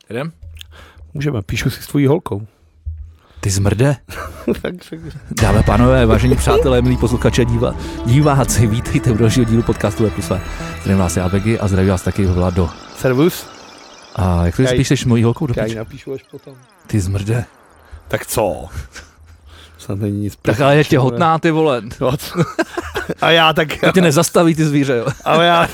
Jdem? Můžeme, píšu si s tvojí holkou. Ty zmrde. Tak. Dámy a pánové, vážení přátelé, milí posluchači a diváci, vítejte u dalšího dílu podcastu Lepusle. Zdravím vás já Vegy a zdravím vás taky Vlado. Servus. A jak to píšeš mojí holkou do Já ji piče? napíšu až potom. Ty zmrde. Tak co? Snad není nic. Tak ale je těhotná, ty vole. A já tak... To tě nezastaví, ty zvíře, jo. Ale já...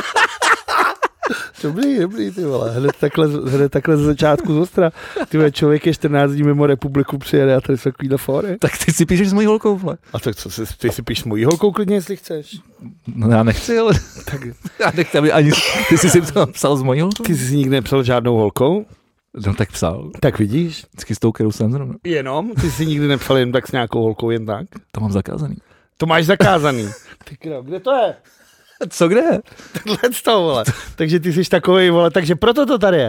Dobrý, ty vole. Hned takhle ze začátku z ostra. Ty vole, člověk je 14 dní mimo republiku přijede a tady jsou takovýhle fóry. Tak ty si píšeš s mojí holkou, vole. A tak co, ty si píš s mojí holkou klidně, jestli chceš. No já nechci, ale... Tak Já nechci, aby ani... Ty jsi si to psal s mojí holkou? ty jsi nikdy nepsal žádnou holkou? No tak psal. Tak vidíš. Vždycky s tou, kterou jsem zrovna. Jenom? Ty jsi nikdy nepsal jen tak s nějakou holkou, jen tak? To mám zakázaný. To máš zakázaný. Ty kdo, kde to je? Co kde? Tohle z toho, vole. Takže ty jsi takovej, vole, takže proto to tady je.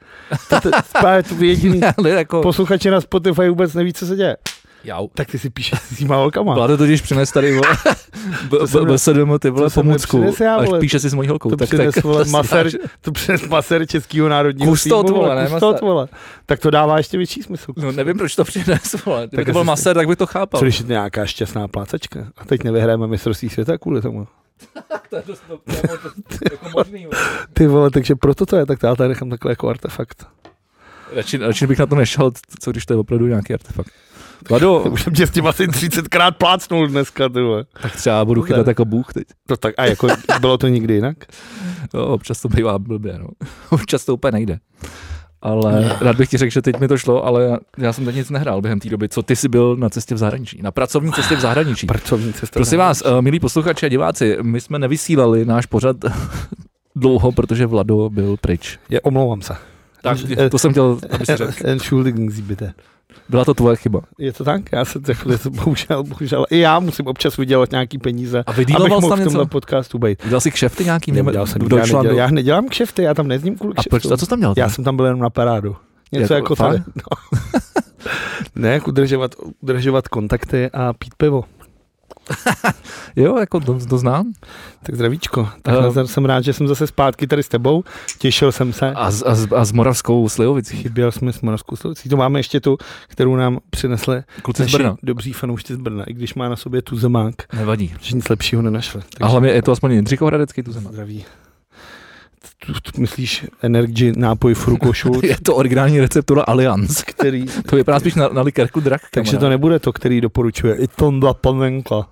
To jediný Jako... posluchači na Spotify vůbec neví, co se děje. Jau. Tak ty si píšeš s těma holkama. Vláda totiž přines tady, vole, BSDM, ty vole, pomůcku, až píše si s mojí holkou. To tak, přines, tak, vole, to masér českého národního Kustot, týmu, vole, ne kustot, vole. Tak to dává ještě větší smysl. No nevím, proč to přines, vole. Kdyby Tak to byl asi- masér, tak bych to chápal. Co když je to nějaká šťastná plácačka? A teď nevyhrajeme mistrovství světa kvůli tomu. To je dost jako možný, vole. Ty vole, takže proto to je, tak já tady nechám takhle jako artefakt. Radši bych na to nešel, co když to je opravdu nějaký artefakt. Vlado, Už jsem tě s tím asi 30krát plácnul dneska, ty vole. tak třeba budu chytat jako Bůh teď. No tak, a jako bylo to nikdy jinak? Jo, občas to bývá blbě, no. Občas to úplně nejde. Ale rád bych ti řekl, že teď mi to šlo, ale já jsem teď nic nehrál během té doby. Co ty jsi byl na cestě v zahraničí? Na pracovní cestě v zahraničí. Pracovní cesta. Prosím vás, milí posluchači a diváci, my jsme nevysílali náš pořad dlouho, protože Vlado byl pryč. Omlouvám se. Tak, to jsem chtěl, aby si řekl. Entschuldigung, bitte. Byla to tvoje chyba. Je to tak? Já se bohužel, i já musím občas vydělat nějaký peníze, A vydíloval abych jsi mohl tam v tomhle něco? podcastu být. Dělal jsi kšefty nějaký? Já nedělám kšefty, já tam nezdím kvůli A proč? kšeftům. A co jsi tam dělal? Já jsem tam byl jenom na parádu. Něco jako fakt? tady. No. Ne, jak udržovat kontakty a pít pivo. Jo, jako to znám. Tak zdravíčko. Tak jsem rád, že jsem zase zpátky tady s tebou. Těšil jsem se. A s Moravskou Slivovicí. Chyběl jsme s Moravskou Slivovicí. To máme ještě tu, kterou nám přinesli Kluci z Brna. dobří fanoušci z Brna, i když má na sobě tu zemák. Nevadí. Že nic lepšího nenašli. A hlavně je to aspoň Jindřichohradecký tu zemák. Zdraví. Tu myslíš Energy nápoj Frukošult, Je to originální receptura Allianz. který... To vypadá spíš na likérku Drak. Takže to nebude to, který doporučuje i Tonda Panenka.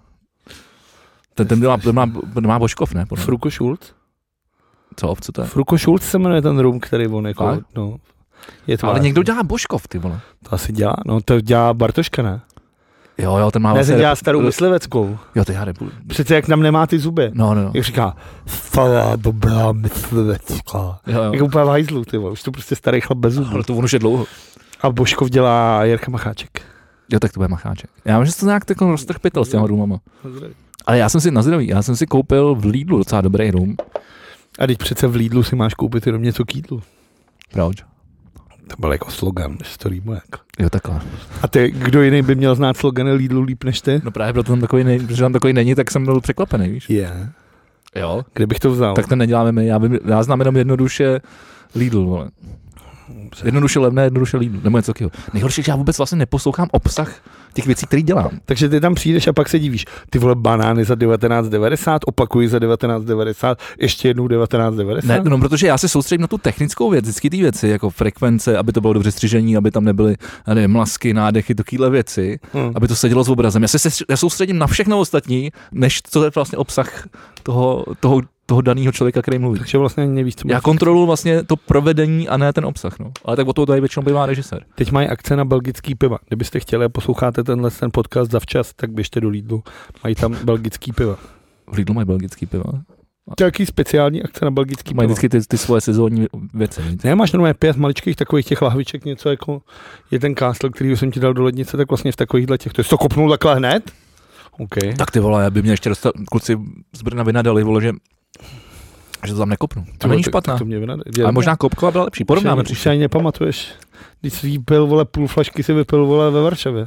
Ten má Božkov, ne? Podle mě. Frukošult? Co to je? Frukošult se jmenuje ten rum, který on jako... Fakt? No, je to Ale někdo dělá Božkov, ty vole. To asi dělá, no to dělá Bartoška, ne? Jo, ten má Ne, vlastně... ten dělá starou mysliveckou. Jo, to já nebudu. Přece jak nám nemá ty zuby. No. Jak říká, stará dobrá myslivecká. Jo. Jak úplně v hajzlu, ty vole, už to prostě starý chlap bez zubů. Ale to on už je dlouho. A Božkov dělá Jirka Macháček. Jo, tak to bude Macháček. Já myslím, že to nějak takový roztrhpitel s těma rumama. Ale já jsem si koupil v Lidlu docela dobrý rum. A teď přece v Lidlu si máš koupit jenom něco k jídlu. Proč? To byl jako slogan, že to rýmuje. Jo, takhle. A ty, kdo jiný by měl znát slogany Lidlu líp než ty? No právě proto protože tam takový není, tak jsem byl překvapený, víš? Je. Jo. Kde bych to vzal? Tak to neděláme my. Já znám jenom jednoduše Lidl, vole. Jednoduše levné, jednoduše Lidl. Nebo něco takového. Nejhorší, že já vůbec vlastně neposlouchám obsah těch věcí, které dělám. Takže ty tam přijdeš a pak se divíš. Ty vole banány za 19,90, opakuji za 19,90, ještě jednou 19,90. Ne, no, protože já se soustředím na tu technickou věc, vždycky ty věci, jako frekvence, aby to bylo dobře střižení, aby tam nebyly mlasky, nádechy, takovéhle věci, aby to sedělo s obrazem. Já soustředím na všechno ostatní, než co je vlastně obsah toho daného člověka, který mluví. Takže vlastně nevíš, co Já kontroluji vlastně to provedení a ne ten obsah. No. Ale tak o toho tady většinou bývá režisér. Teď mají akce na belgický piva. Kdybyste chtěli a posloucháte ten podcast zavčas, tak běžte do Lidlu. Mají tam belgický piva. V Lidlu mají belgický piva. To je jaký speciální akce na belgický Mají piva. vždycky ty svoje sezónní věci. Ne, máš normálně 5 maličkých takových těch lahviček, něco jako je ten Castle, který jsem ti dal do lednice, tak vlastně v takovýchhle těch. To jsi to kopnul takhle hned? OK. Tak ty vole, by mě ještě dostal, kluci z Brna vynadali, vole, že to tam nekopnu. To není špatná. To mě vynadali. Ale možná Kopková byla lepší. Porovnáme Už si ani nepamatuješ. Když jsi vypil, vole, půl flašky si vypil, vole, ve Varšavě.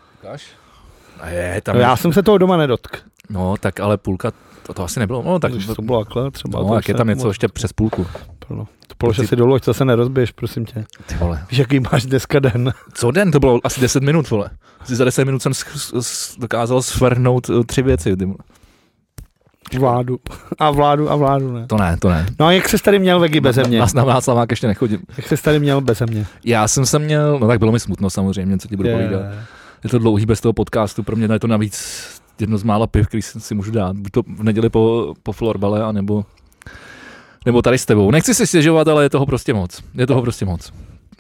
Tam No, já jsem se toho doma nedotk. No, tak ale půlka, to asi nebylo. No, tak to bylo takhle třeba. no, jak je tam něco ještě přes půlku. plno. To polož asi dolů, ať to se nerozbiješ, prosím tě. Ty vole. Víš, jaký máš dneska den? Co den? To bylo asi 10 minut, vole. Za 10 minut jsem dokázal svrhnout 3 věci, ty vole. Vládu, ne. To ne. No a jak jsi tady měl Vegy beze mě? Na Václavák ještě nechodím. Jak jsi tady měl beze mě? Já jsem se měl, no tak bylo mi smutno samozřejmě, co ti budu povídat. Je to dlouhý bez toho podcastu, pro mě je to navíc jedno z mála piv, který si můžu dát. Buď to v neděli po florbale, anebo tady s tebou. Nechci si stěžovat, ale je toho prostě moc.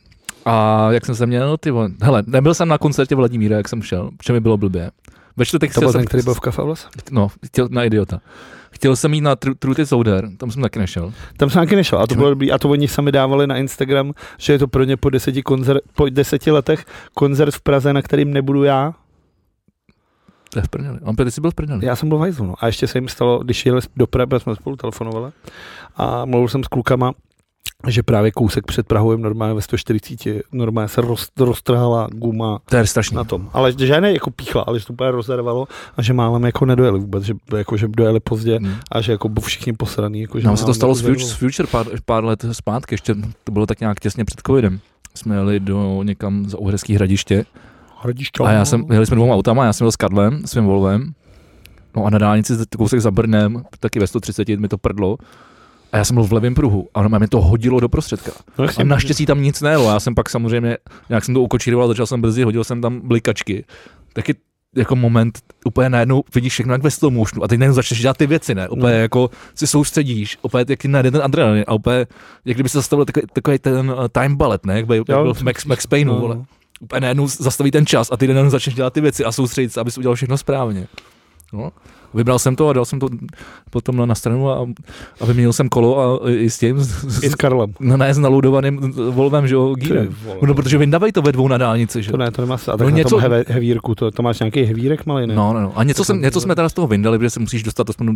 A jak jsem se měl, ty vole, hele, nebyl jsem na koncertě Vladimíra, jak jsem šel, protože mi bylo blbě. Ve čtvrtek to byl ten, který byl v Café Oles? No, na idiota. Chtěl jsem jít na Truth is Outer, tam jsem taky nešel. A to bylo dobrý, a to oni sami dávali na Instagram, že je to pro ně po 10 letech koncert v Praze, na kterým nebudu já. To je v prdeli. Ty jsi byl v prdeli. Já jsem byl v hajzlu, no. A ještě se jim stalo, když jeli do Prahy, jsme spolu telefonovali a mluvil jsem s klukama, že právě kousek před Prahou je normálně ve 140, normálně se roztrhala guma. To je strašný. Na tom. Ale že ne jako píchla, ale že to úplně rozervalo a že málem jako nedojeli vůbec, že dojeli pozdě a že jako všichni posraný. Jako, že nám se to stalo s Future pár let zpátky, ještě to bylo tak nějak těsně před covidem. Jsme jeli do někam za Uherský Hradiště. A jeli jsme 2 autama, já jsem byl s Karlem, svým Volvem. No a na dálnici kousek za Brnem, taky ve 130 mi to prdlo. A já jsem byl v levém pruhu a mě to hodilo do prostředka. A naštěstí tam nic nejelo. Já jsem pak samozřejmě, nějak jsem to ukočíroval, začal jsem brzy, hodil jsem tam blikačky. Taky jako moment, úplně najednou vidíš všechno jak ve slow motionu a teď najednou začneš dělat ty věci, ne? Úplně jako si soustředíš, úplně taky najde ten adrenalin a úplně, jak kdyby se zastavil takový ten time ballet, ne? Jak byl v Max Payneu, vole. Úplně najednou zastaví ten čas a ty najednou začneš dělat ty věci a soustředit se, abys udělal všechno správně. No. Vybral jsem to a dal jsem to potom na stranu a vyměnil jsem kolo a i s tím. I s Karlem. Ne, s naludovaným Volvem, že jo, gírem. No, protože vyndávají to ve 2 na dálnici, že? To nemá a tak na tom hevírku, to máš nějaký hevírek malý, ne? No. A něco jsme teda z toho vyndali, protože se musíš dostat aspoň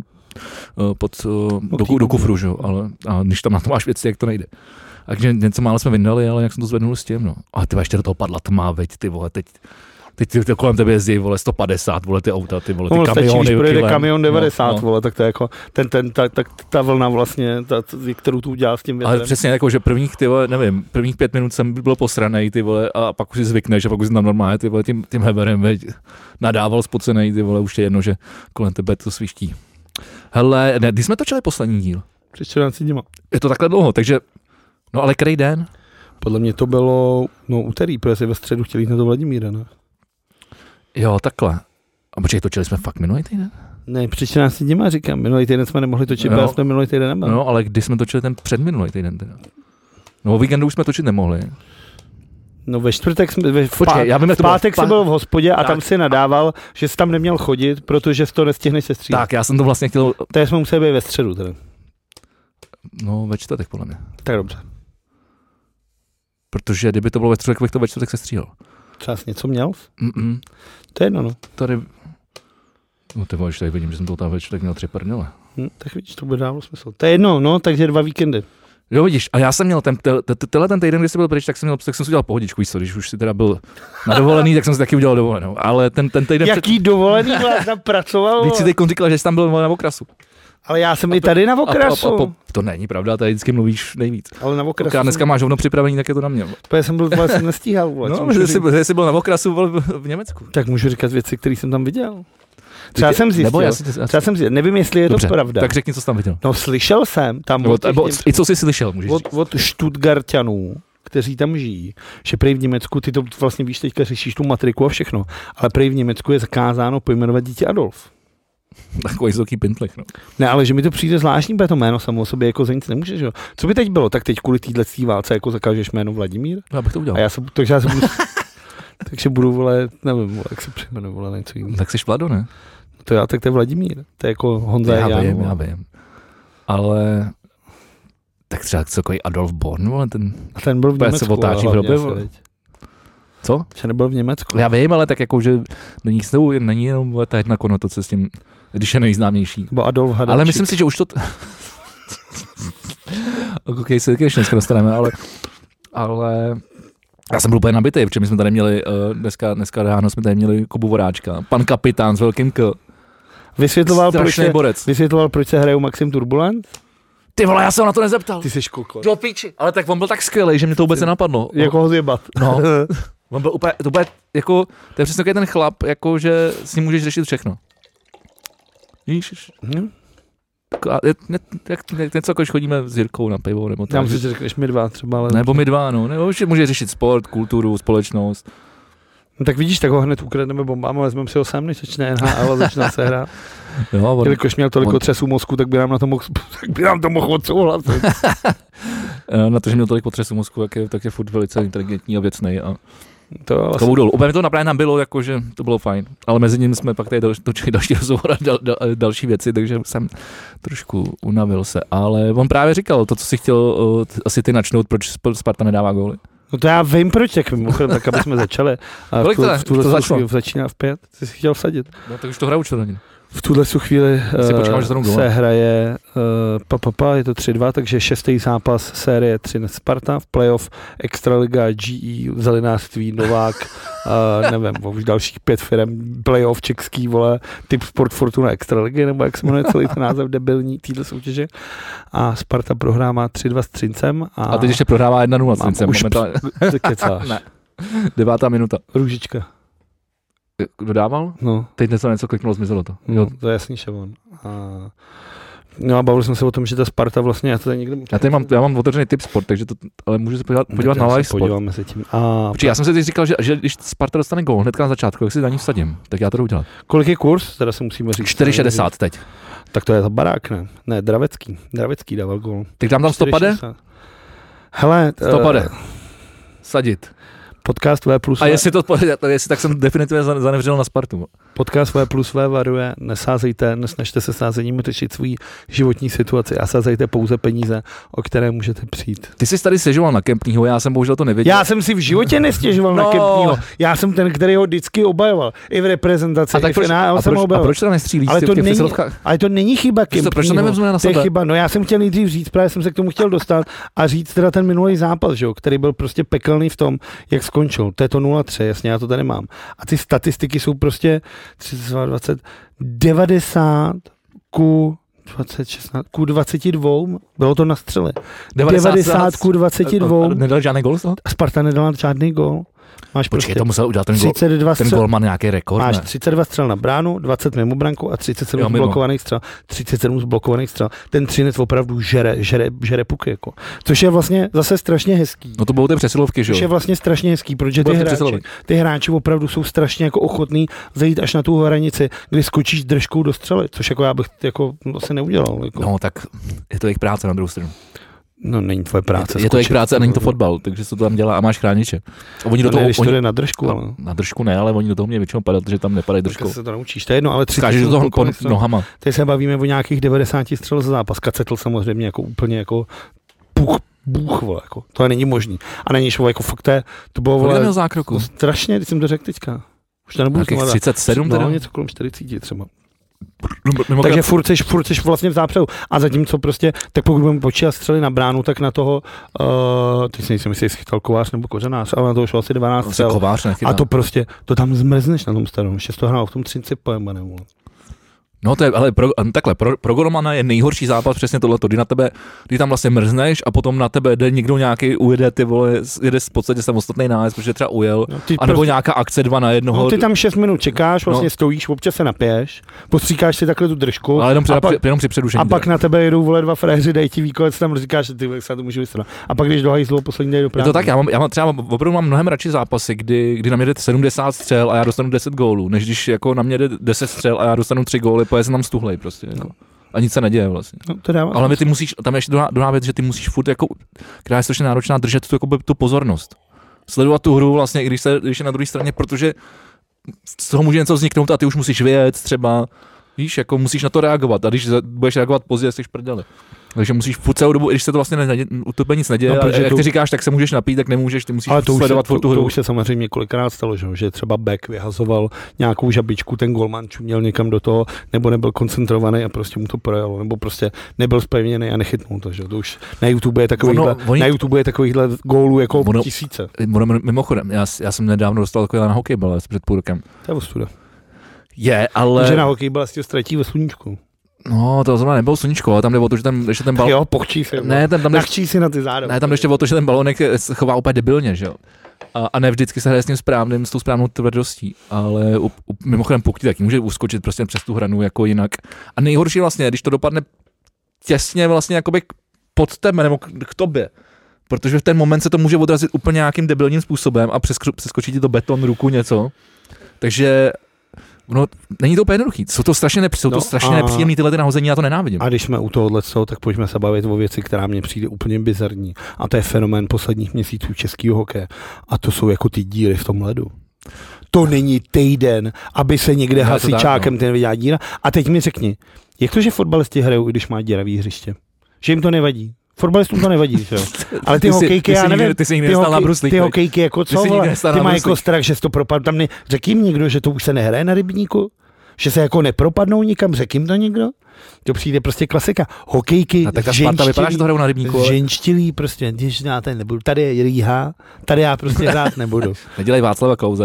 do kufru, že jo, ale a když tam na to máš věci, jak to nejde. Takže něco málo jsme vyndali, ale jak jsem to zvednul s tím, no. A ty ještě do toho padla tma, veď, ty vole, teď kolem tebe jezdí, vole, 150, vole, ty auta, ty vole, ty kamiony. Když projde kamion 90, vole, tak to je jako, ta vlna vlastně, kterou tu udělal s tím větrem. Ale přesně jako, že prvních 5 minut jsem byl posranej, ty vole, a pak už si zvykneš, a pak už jsem tam normálně, ty vole, tím heberem, veď, nadával spocenej, ty vole, už je jedno, že kolem tebe to sviští. Hele, ne, když jsme točili poslední díl? Před 14 dněma. Je to takhle dlouho, takže, no ale který den? Podle mě to bylo, úterý, protože ve středu chtěli jít na to Vladimíra, ne? Jo, takhle. A počkej, točili jsme fakt minulý týden? Ne, před 14 dněma říkám, minulý týden jsme nemohli točit, protože jsme minulý týden nemohli. No, ale kdy jsme točili ten předminulý týden teda? No, o víkendu už jsme točit nemohli. No ve čtvrtek, v pátek jsi byl v hospodě a tam si nadával, že jsi tam neměl chodit, protože jsi to nestihneš se střídat. Tak, já jsem to vlastně chtěl... Takže jsme museli být ve středu teda. No, ve čtvrtek podle mě. Tak dobře. Protože kdyby to bylo ve čtvrtek, bych to ve čtvrtek se stříhal. Třeba jsi něco měl? To je jedno, no. Tady... No ty vole, tady vidím, že jsem to tam ve čtvrtek měl 3 prdele. Tak vidíš, to bude dávalo smysl. To je jedno, no, takže 2 víkendy. Jo, vidíš, a já jsem měl ten týden, kdy jsi byl pryč, tak jsem si udělal pohodičku, víš co, když už si teda byl na dovolený, tak jsem si taky udělal dovolenou, ale ten týden... Jaký dovolený tam pracoval? Víc si teď říkal, že jsi tam byl na okrasu. Ale já jsem i tady na okrasu. To není pravda, tady vždycky mluvíš nejvíc. Ale na okrasu. Pokud dneska máš hovno připravený, tak je to na mě. Já jsem nestíhal. No, že jsi byl na okrasu v Německu. Tak můžu říkat věci, které jsem tam viděl. Třeba jsem zjistil, nevím, jestli je dobře, to pravda. Tak řekni, co jsi tam viděl. No, slyšel jsem tam i co jsi slyšel, můžeš říct. Od Stuttgarťanů, kteří tam žijí, že prej v Německu, ty to vlastně víš, teďka řešíš tu matriku a všechno, ale prej v Německu je zakázáno pojmenovat dítě Adolf. Takový vysoký pintlich, no. Ne, ale že mi to přijde zvláštní, protože to jméno samo o sobě jako za nic nemůžeš, jo. Co by teď bylo? Tak teď kvůli této válce jako zakážeš jméno Vladimír? Já bych to udělal. A takže já se budu, takže budu, vole, nevím, jak se přejmenuje, vole, něco jiného. Tak jsi Vlado, ne? Tak to je Vladimír. To je jako Honza Já vím. Ale tak třeba takový Adolf Born, vole, ten byl v Německu. Se otáčí v hrobě, vole. Co? Že nebyl v Německu. Já vím, ale tak jako, že není jenom ta jedna konotace s tím, když je nejznámější. Bo Adolf Hadačík. Ale myslím si, že už to... OK, se taky ještě dneska dostaneme, ale já jsem byl úplně nabitý, protože my jsme tady měli, dneska ráno jsme tady měli Kubu Voráčka, pan kapitán s velkým K. Vysvětloval, proč se hrajou Maxim Turbulent? Ty vole, já jsem na to nezeptal. Ty jsi kokot. Do píči. Ale tak on byl tak skvělý, že mě to vůbec nenapadlo. Jako ho zjebat. No. On byl úplně, to bude jako, to je přesně takový ten chlap, jako že s ním můžeš řešit všechno. Víš? Jak něco, když chodíme s Jirkou na pivo, nebo tak. Já myslím, že řekneš my dva třeba, ale... Nebo my dva, no. Nebo může řešit sport, kulturu, společnost. No tak vidíš, tak ho hned ukradneme bombám a vezmeme si ho sám, než začne NHL a začne se hrát. Jelikož měl toliko třesů mozku, tak by nám to mohl odsouhlasit. Na to, že měl tolik potřesu mozku, tak je furt velice inteligentní a věcnej. A to ale... Komu dolů. Úplně to napravě nám bylo, jako, že to bylo fajn. Ale mezi nimi jsme pak tady točili další rozhovor a další věci, takže jsem trošku unavil se. Ale on právě říkal to, co si chtěl asi ty načnout, proč Sparta nedává góly. No to já vím proč, tak aby jsme začali. A kolik to začalo? Začíná v 5, ty jsi chtěl vsadit. No tak už to hraju 4 hodin. V tuhle chvíli se hraje je to 3-2, takže 6. zápas série 3 Sparta, v playoff Extraliga, GE, Zelenářství, Novák, nevím, už dalších 5 firem, playoff český, vole, typ Sport Fortuna Extraligy, nebo jak se jmenuje celý ten název debilní týhle soutěže. A Sparta prohrává 3-2 s Třincem. A teď ještě prohrává 1-0 s Třincem. Kecáš. 9. minuta. Růžička. Kdo dával? No. Teď něco kliknulo, zmizelo to. No, to je jasný, Šavon. No a bavili jsme se o tom, že ta Sparta vlastně, já to tady někde... Já mám otevřený typ sport, takže to, ale můžu se podívat na live sport. Podíváme se tím. Já jsem si teď říkal, že když Sparta dostane gól hnedka na začátku, jak si za ní vsadím, tak já to jdu udělat. Kolik je kurz? Teda se musíme říct. 4,60 teď. Tak to je za barák, ne? Ne, Dravecký dával gól. Tak tam 100 pade? Hele. 100 pade. Sadit. Podcast V plus V. A jestli tak jsem definitivně zanevřel na Spartu. Podcast V plus V varuje, nesázejte, nesnažte se sázením řešit svou životní situaci a sázejte pouze peníze, o které můžete přijít. Ty jsi tady stěžoval na Kempního, já jsem bohužel to nevěděl. Já jsem si v životě nestěžoval na Kempního. Já jsem ten, který ho vždycky obhajoval. I v reprezentaci, i v NHL jsem ho obhajoval. A proč to nestřílíš? Ale to není chyba Kempního. Proč to nevezme na sebe? To je chyba. No já jsem chtěl nejdřív říct, právě jsem se k tomu chtěl dostat a říct teda ten minulý zápas, že jo, který byl prostě pekelný v tom, jak skončil. To je to 0-3, jasně, já to tady mám. A ty statistiky jsou prostě 30, 90 ku 22, bylo to na střele. 90 ku 22. Nedal žádný gól z toho? Sparta nedala žádný gól. Máš Počkej, to musel udělat ten gól má nějaký rekord. Máš 32 střel na bránu, 20 mimo branku a 37 zblokovaných střel. 37 zblokovaných střel. Ten Třinec opravdu žere puky, jako. Což je vlastně zase strašně hezký. No to budou ty přesilovky, že jo? Což je vlastně strašně hezký, protože ty hráči opravdu jsou strašně jako ochotní zajít až na tu hranici, kdy skočíš držkou do střely, což jako já bych jako asi neudělal. Jako. No tak je to jejich práce na druhou stranu. No není tvoje práce. Je to jejich práce a není to fotbal, takže se to tam dělá a máš chrániče. Oni do toho, když to jde na držku, ale... Na držku ne, ale oni do toho mě většinou padat, že tam nepadají držkou. Tak se to naučíš, to je jedno, ale 30 do toho nohama. Teď se bavíme o nějakých 90 střel za zápas. Kacetl samozřejmě jako úplně jako bůh, vole, jako. To není možný. A není šlo, jako fakt to bylo, vole, zákroku. Strašně, když jsem to řekl teďka. Už to nebudu 37 teda? No, něco kolem 40 třeba. Takže furt seš vlastně v zápřehu. A zatímco prostě, tak pokud budeme počítat střely na bránu, tak na toho, teď si nejsem, jestli chytal Kovář nebo Kořenář, ale na toho šlo asi 12 střel. A to prostě, to tam zmrzneš na tom starom. Ještě to hrál v tom Třinci pojembaném. No to je, ale pro golmana je nejhorší zápas přesně tohleto, kdy tam vlastně mrzneš a potom na tebe jde někdo nějaký ujede, ty vole, jede v podstatě samostatný nájezd, protože třeba ujel, no, anebo prostě, nějaká akce 2 na 1. No, ty tam 6 minut čekáš, vlastně stojíš, občas se napiješ, postříkáš si takhle tu držku. Ale jenom při předušení. A pak na tebe jedou, vole, 2 frajeři, dají ti výkonec, tam říkáš, že ty jak se to může vystrat. A pak když do hajzlu poslední den do práce. Je to tak, já třeba opravdu mám mnohem radši zápasy, kdy na mě jde 70 střel a já dostanu 10 gólů, než když jako na mě jde 10 střel a já dostanu 3 góly, pojede se tam stuhlej prostě. Jako. A nic se neděje vlastně. No, ale ty musíš, tam je ještě druhá věc, že ty musíš furt jako, která je strašně náročná, držet tu pozornost. Sledovat tu hru vlastně, když je na druhé straně, protože z toho může něco vzniknout a ty už musíš vyjet třeba, víš, jako musíš na to reagovat a když budeš reagovat později, jsi v prdeli. Takže musíš furt celou dobu, když se to vlastně u tebe nic neděje, no, jak ty říkáš, tak se můžeš napít, tak nemůžeš, ty musíš sledovat tu hru. To už se samozřejmě několikrát stalo, že třeba back vyhazoval nějakou žabičku, ten golman čuměl někam do toho, nebo nebyl koncentrovaný a prostě mu to projelo, nebo prostě nebyl zpevněný a nechytnul to, že to už na YouTube je takovýchhle gólů jako tisíce. Mimochodem, já jsem nedávno dostal takový na hokejbal před půl rokem. To je ostuda. Je, ale... Že na hokejbal si to ztratí ve sluníčku. No, to zrovna nebylo sluníčko, ale tam jde o to, že tam ještě ten balón... Jo, pochčí se. Ne, tam nachčí si na ty záda. Ne, tam ještě o to, že ten balónek se chová úplně debilně, že jo. A ne vždycky se hraje s tou správnou tvrdostí, ale mimochodem pukti taky může uskočit prostě přes tu hranu jako jinak. A nejhorší vlastně, když to dopadne těsně vlastně jakoby pod tebe nebo k tobě. Protože v ten moment se to může odrazit úplně nějakým debilním způsobem a přeskočí ti to beton, ruku, něco. Takže no, není to úplně jednoduchý. Jsou to strašně nepříjemný tyhle ty nahození, já to nenávidím. A když jsme u tohohle, tak pojďme se bavit o věci, která mně přijde úplně bizarní. A to je fenomén posledních měsíců českého hokeje. A to jsou jako ty díry v tom ledu. To není týden, aby se někde hasičákem ten viděla díra. A teď mi řekni, jak to, že fotbalisti hrajou, i když má děravý hřiště? Že jim to nevadí? Fotbalistům to nevadí, že jo? Ale ty hokejky, já nevím, ty hokejky jako co, ty mají jako strach, že se to propadnou. Tam řekl jim někdo, že to už se nehraje na rybníku? Že se jako nepropadnou nikam, řekl jim to někdo? To přijde prostě klasika. Hokejky, a tak ta Sparta vypadá, že to hrajou na rybníku. Ženštilí prostě, když já tady nebudu, tady je Rýha, tady já prostě hrát nebudu. Nedělej Václava Klauze.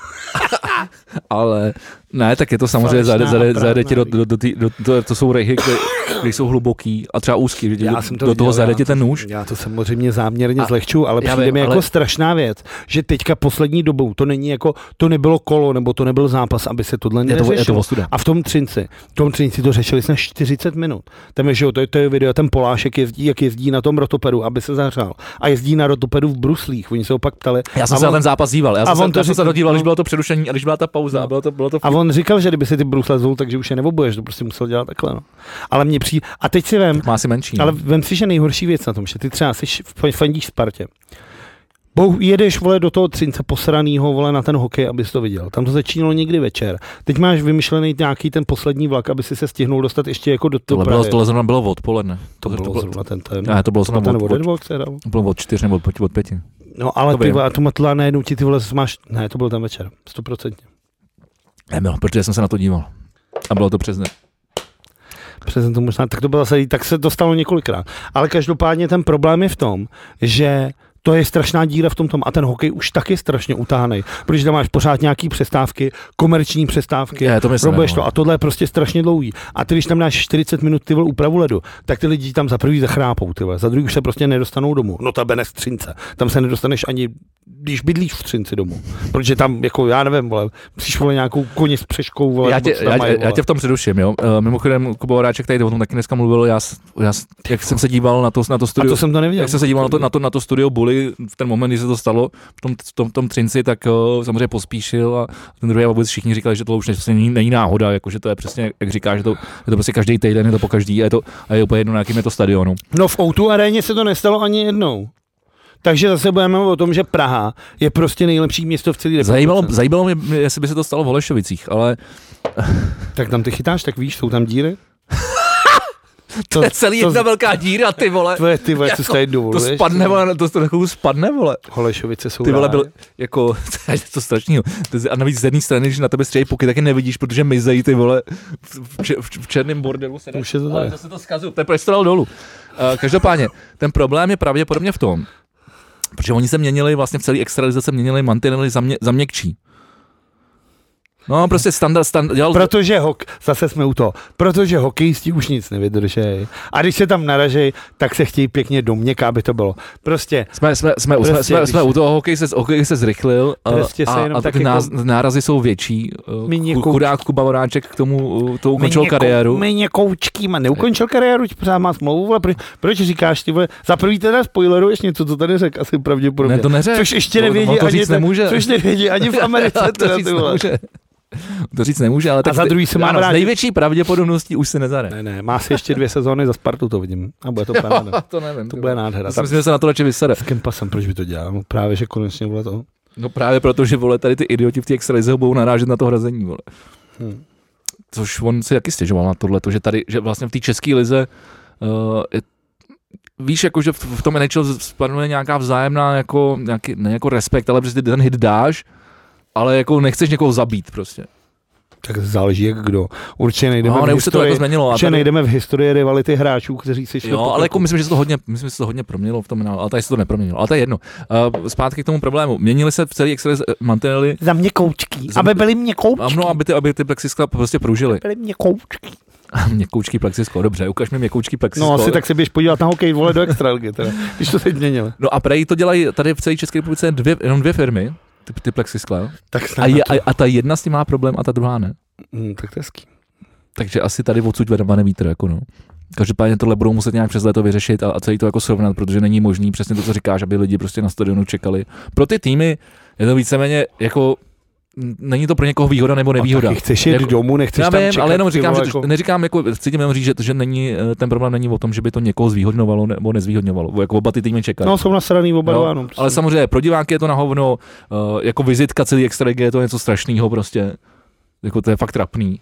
Ale ne, tak je to samozřejmě zajede ti to jsou rejhy, které jsou hluboký a třeba úzký, že do toho zajede ti ten nůž. Já to samozřejmě záměrně zlehčuju, ale přijde mi jako strašná věc, že teďka poslední dobou to není jako, to nebylo kolo, nebo to nebyl zápas, aby se tohle neřešilo. A v tom Třinci to řešili jsme 40 minut. Tam je, že jo, to je video, ten Polášek jezdí, jak jezdí na tom rotopedu, aby se zahřál. A jezdí na rotopedu v bruslích. Oni se opak ptali. Já jsem se na ten zápas díval. Já jsem se dodíval, když bylo to přerušení a když byla ta pauza. No. Bylo to a on říkal, že kdyby si ty brusle zul, takže už je neobuješ, to prostě musel dělat takhle. No. Ale mě přijde. A teď si vem. Má si menší. Ale vem si, že nejhorší věc na tom, že ty třeba jsi fandíš Spartě. Jedeš, vole, do toho Třince posranýho, vole, na ten hokej, abys to viděl. Tam to začínalo někdy večer. Teď máš vymyšlený nějaký ten poslední vlak, aby si se stihnul dostat ještě jako do toho Prahy. Tohle zrovna bylo odpoledne. To bylo zrovna ten. Ne, to bylo zrovna od bylo od 4 nebo od 5. No ale ty a to matla najednou ty vole máš, ne, to byl ten večer, 100%. Nebylo, protože jsem se na to díval. A bylo to přes den. Přesně to možná, tak se to stalo několikrát. Ale každopádně ten problém je v tom, že to je strašná díra v tom a ten hokej už taky strašně utáhnej, protože tam máš pořád nějaký přestávky, komerční přestávky, probuješ to a tohle je prostě strašně dlouhý. A ty, když tam dáš 40 minut ty vole úpravu ledu, tak ty lidi tam za prvý zachrápou, ty vole, za druhý už se prostě nedostanou domů. Notabene z Třince. Tam se nedostaneš ani, když bydlíš v Třinci domů. Protože tam, jako já nevím, vole, musíš vole nějakou koni s přeškou, vole. Já tě v tom předuším, jo. Mimochodem Kuba Horáček tady o tom taky dneska mluvil, já jak jsem se díval na to studio. A to jsem to neviděl. Jak jsem se díval na to studio Bully v ten moment, kdy se to stalo v tom Třinci, tak samozřejmě pospíšil a ten druhý vůbec všichni říkali, že to už není náhoda, jako, že to je přesně, jak říká, že to je to prostě každý týden, je to po každý a je úplně jedno, na jakým je to stadionu. No v O2 aréně se to nestalo ani jednou. Takže zase budeme o tom, že Praha je prostě nejlepší město v celé republice. Zajímalo mě, jestli by se to stalo v Holešovicích, ale... Tak tam ty chytáš, tak víš, jsou tam díry? To je celý jedna velká díra, ty vole. Ty vole, co se tady dovoluješ? To spadne, vole, to takovou spadne, vole. Holešovice jsou ty vole, byl, jako, to je to strašného. A navíc z jedné strany, když na tebe střelí puky, taky nevidíš, protože mizejí, ty vole, v černém bordelu se už je to ale to se to zkazuje, to je proč to dal dolů. Každopádně, ten problém je pravděpodobně v tom, protože oni se měnili, vlastně v celé extralize se měnili mantinely za měkčí. No, prostě standard protože zase jsme u toho, protože hokejisti už nic nevydržej. A když se tam naražej, tak se chtějí pěkně do měka, aby to bylo. Prostě. Jsme u toho, hokej se zrychlil a ty nárazy jsou větší. Chudák Kuba Horáček k tomu to ukončil kariéru. Neukončil kariéru, pořád má smlouvu, ale proč říkáš, ty vole, za prvý teda spoileruješ něco, co tady řekl, asi pravděpodobně. Ne, to neřek. Což ještě nevědí ani v Americe. To říct nemůže, ale tak za druhý se má vrátit. S největší pravděpodobností už se nezare. Ne, má si ještě 2 sezóny za Spartu, to vidím. A bude to paráda. To nevím. To bude nádhera. Myslím, že se na to radši vysade. S Kempasem, proč by to dělal? No, právě, že konečně vole to. No právě proto, že vole tady ty idioti v té extralize budou narážet na to hrazení, vole. Což on si taky stěžoval na tohleto, že tady, že vlastně v té české lize víš, jako, že v tom NHL spadne nějaká vzájemná jako, ne jako respekt, ale prostě ten hit dáš, ale jako nechceš někoho zabít prostě. Tak záleží jak kdo. Určitě nejdeme v historii, nejdeme v historii rivality hráčů, kteří si šli. Jo, ale jako myslím, že se to hodně proměnilo v tom, ale tady se to neproměnilo. Ale to je jedno. Zpátky k tomu problému. Měnili se v celé extralize mantinely za měkoučky, aby byly měkoučky. No, aby ty plexiskla prostě pružily. Byly měkoučky. Měkoučký plexisklo, dobře, ukaž mi měkoučký plexisklo. No asi tak se běž podívat na hokej, vole, do extraligy, teda, když to teď měnilo. No a prej to dělají tady v celé České republice jenom dvě firmy, ty plexiskla. Tak a ta jedna s tím má problém a ta druhá ne. Tak to je hezký. Takže asi tady odsud vedeme vítr, jako no. Každopádně tohle budou muset nějak přes léto vyřešit a celý to jako srovnat, protože není možný přesně to, co říkáš, aby lidi prostě na stadionu čekali. Pro ty týmy je to víceméně jako není to pro někoho výhoda nebo nevýhoda. Taky chceš jít domů, nechceš tam čekat. Ale jenom říkám, že neříkám, jako chci tím jenom říct, že není, ten problém není o tom, že by to někoho zvýhodňovalo nebo nezvýhodňovalo. Jako oba ty týmy čekají. No, jsou nasraný oba dva, no. Ale samozřejmě pro diváky je to na hovno, jako vizitka celý extraligy je to něco strašného prostě. Jako to je fakt trapný.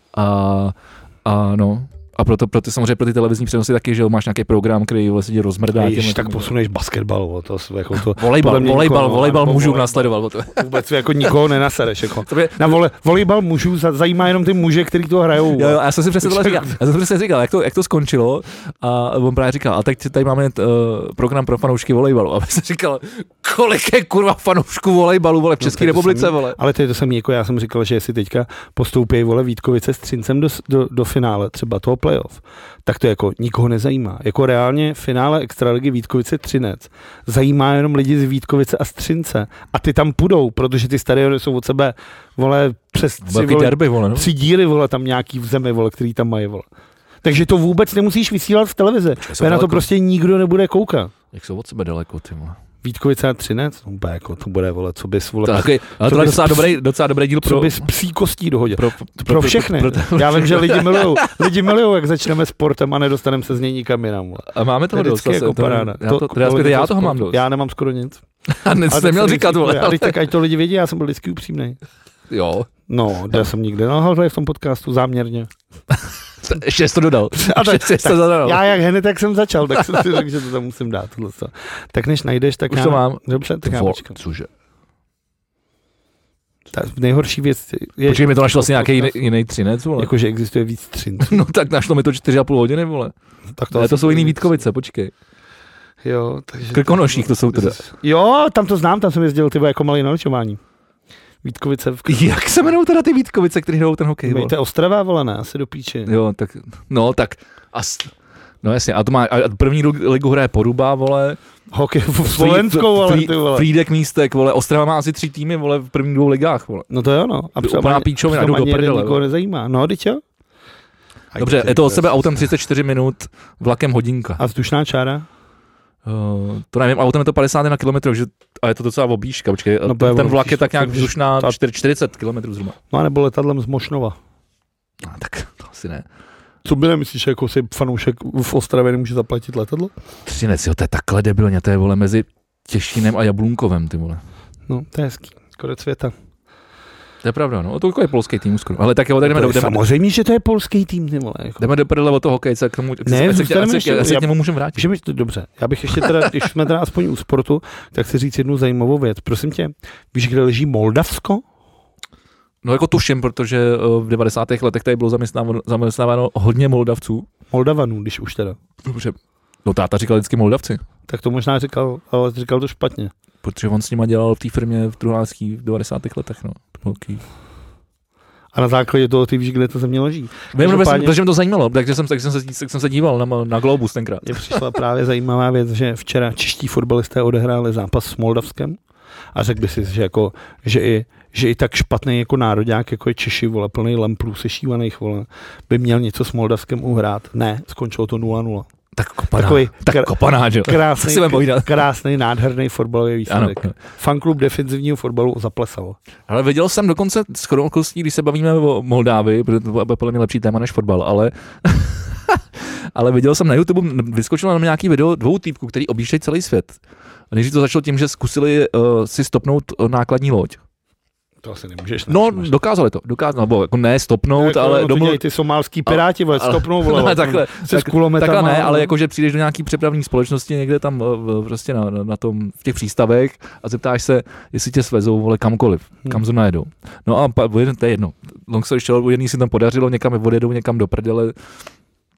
A pro ty samozřejmě pro ty televizní přenosy taky, že máš nějaký program, který vlastně rozmrdá. Tak posuneš basketbal, to jako to. Volejbal mužů nasledoval. Vůbec jako nikoho nenasereš. Jako. Na volejbal mužů zajímá jenom ty muže, kteří to hrajou. Jo, já jsem si přesně tohle říkal. Jak to skončilo a on právě říkal, a teď tady máme program pro fanoušky volejbalu. A jsem říkal, kolik je kurva fanoušků volejbalu, vole, v České republice, vole. Ale to samý, jako já jsem říkal, že jestli teďka postoupí, vole, Vítkovice s Třincem do finále, třeba toho playoff, tak to jako nikoho nezajímá. Jako reálně finále extraligy Vítkovice Třinec zajímá jenom lidi z Vítkovice a z Třince. A ty tam půjdou, protože ty stadiony jsou od sebe, vole, přes tři díry, vole, tam nějaký v zemi, vole, který tam mají, vole. Takže to vůbec nemusíš vysílat v televizi. Na to prostě nikdo nebude koukat. Jak jsou od sebe daleko, ty vole? Vítkovice a Třinec? No, jako to bude, vole, co bys, vole... Tak, ale to je docela dobrý díl pro... Co bys psí kostí dohodil. Pro všechny. Já vím, že lidi milujou, jak začneme sportem a nedostaneme se z něj nikam jinam. Vole. A máme toho dost. Jako paráda. Já toho mám dost. Já nemám skoro nic. A jsi neměl říkat, vole. Ale tak ať to lidi vědí, já jsem byl vždycky upřímnej. Jo. No, já jsem nikdy. No, ale v tom podcastu záměrně. Ještě jsi to dodal. Já jak hned, jak jsem začal, tak jsem si řekl, že to tam musím dát. Tak než najdeš, tak už to mám. Dobře, tak já počkám. Cože? Ta nejhorší věc je... Počkej, mi to našlo asi nějaký jiný Třinec, vole. Jakože existuje víc Třinců. No tak našlo mi to 4,5 hodiny, vole. Tak to jsou jiný Vítkovice, počkej. Jo, takže... Krkonoších to jsou teda. Jo, tam to znám, tam jsem jezdil ty jako malý naličování. Vítkovice. Jak se jmenou teda ty Vítkovice, který hrajou ten hokej? To je Ostrava, vole, ne? Asi do píči. Jo, tak, no jasně, a to má, a první ligu hraje Poruba, vole. Hokej v Slovenskou, vole, ty vole. Frýdek Místek, vole, Ostrava má asi 3 týmy, vole, v prvních 2 ligách, vole. No to jo, no. A úplná píčovina, jdou do prdele. Nikoho nezajímá, no, teď jo. Dobře, je to od sebe autem 34 minut, vlakem hodinka. A vzdušná čára? To nevím, autem je to 51 km, a je to docela obíška, počkej, no, ten vlak je tak nějak vzdušná 40 km zhruba. No nebo letadlem z Mošnova. Tak to asi ne. Co by nemyslíš, jako si fanoušek v Ostravě nemůže zaplatit letadlo? Třinec, jo, to je takhle debilně, to je, vole, mezi Těšínem a Jablunkovem, ty vole. No, to je hezký, konec světa. To je pravda, no, to je polský tým skoro. Ale tak jo, jdeme do... Samozřejmě, že to je polský tým, ty vole. Jako. Jdeme do prdele o toho hokejce, k tomu, se k němu můžeme vrátit. Dobře, já bych ještě teda, když jsme teda aspoň u sportu, tak chci říct jednu zajímavou věc. Prosím tě, víš, kde leží Moldavsko? No jako tuším, protože v 90. letech tady bylo zaměstnáváno hodně Moldavců. Moldavanů, když už teda. Dobře. No táta říkal vždycky Moldavci. Tak to možná říkal, ale říkal to špatně. Protože on s nima dělal v té firmě v druhácký v 90. letech, no. A na základě toho ty víš, kde to země leží. Vím, protože mě to zajímalo, takže jsem se díval na Globus tenkrát. Mně přišla právě zajímavá věc, že včera čeští fotbalisté odehráli zápas s Moldavskem a řekl by si, že i tak špatný jako nároďák, jako je Češi, vole, plný lemplů sešívaných, vole, by měl něco s Moldavskem uhrát. Ne, skončilo to 0-0. Tak kopaná, že? Krásný, nádherný fotbalový výsledek. Fanklub defenzivního fotbalu zaplesal. Ale viděl jsem dokonce shodou okolností, když se bavíme o Moldávii, protože to je podle mě lepší téma než fotbal, ale viděl jsem na YouTube, vyskočilo na nějaký video 2 týpků, který objíždějí celý svět. A než to začalo tím, že zkusili si stopnout nákladní loď. To asi nemůžeš. No, dokázali to, nebo jako ne stopnout, ale domů... ty somálský piráti, vole, stopnou, vole. No, takhle ne, ale jakože přijdeš do nějaký přepravní společnosti někde tam prostě na tom, v těch přístavech a zeptáš se, jestli tě svezou, vole, kamkoliv, kam zrovna jedou. No a to je jedno. Long story short, jedný si tam podařilo, někam odjedou, někam do prdele.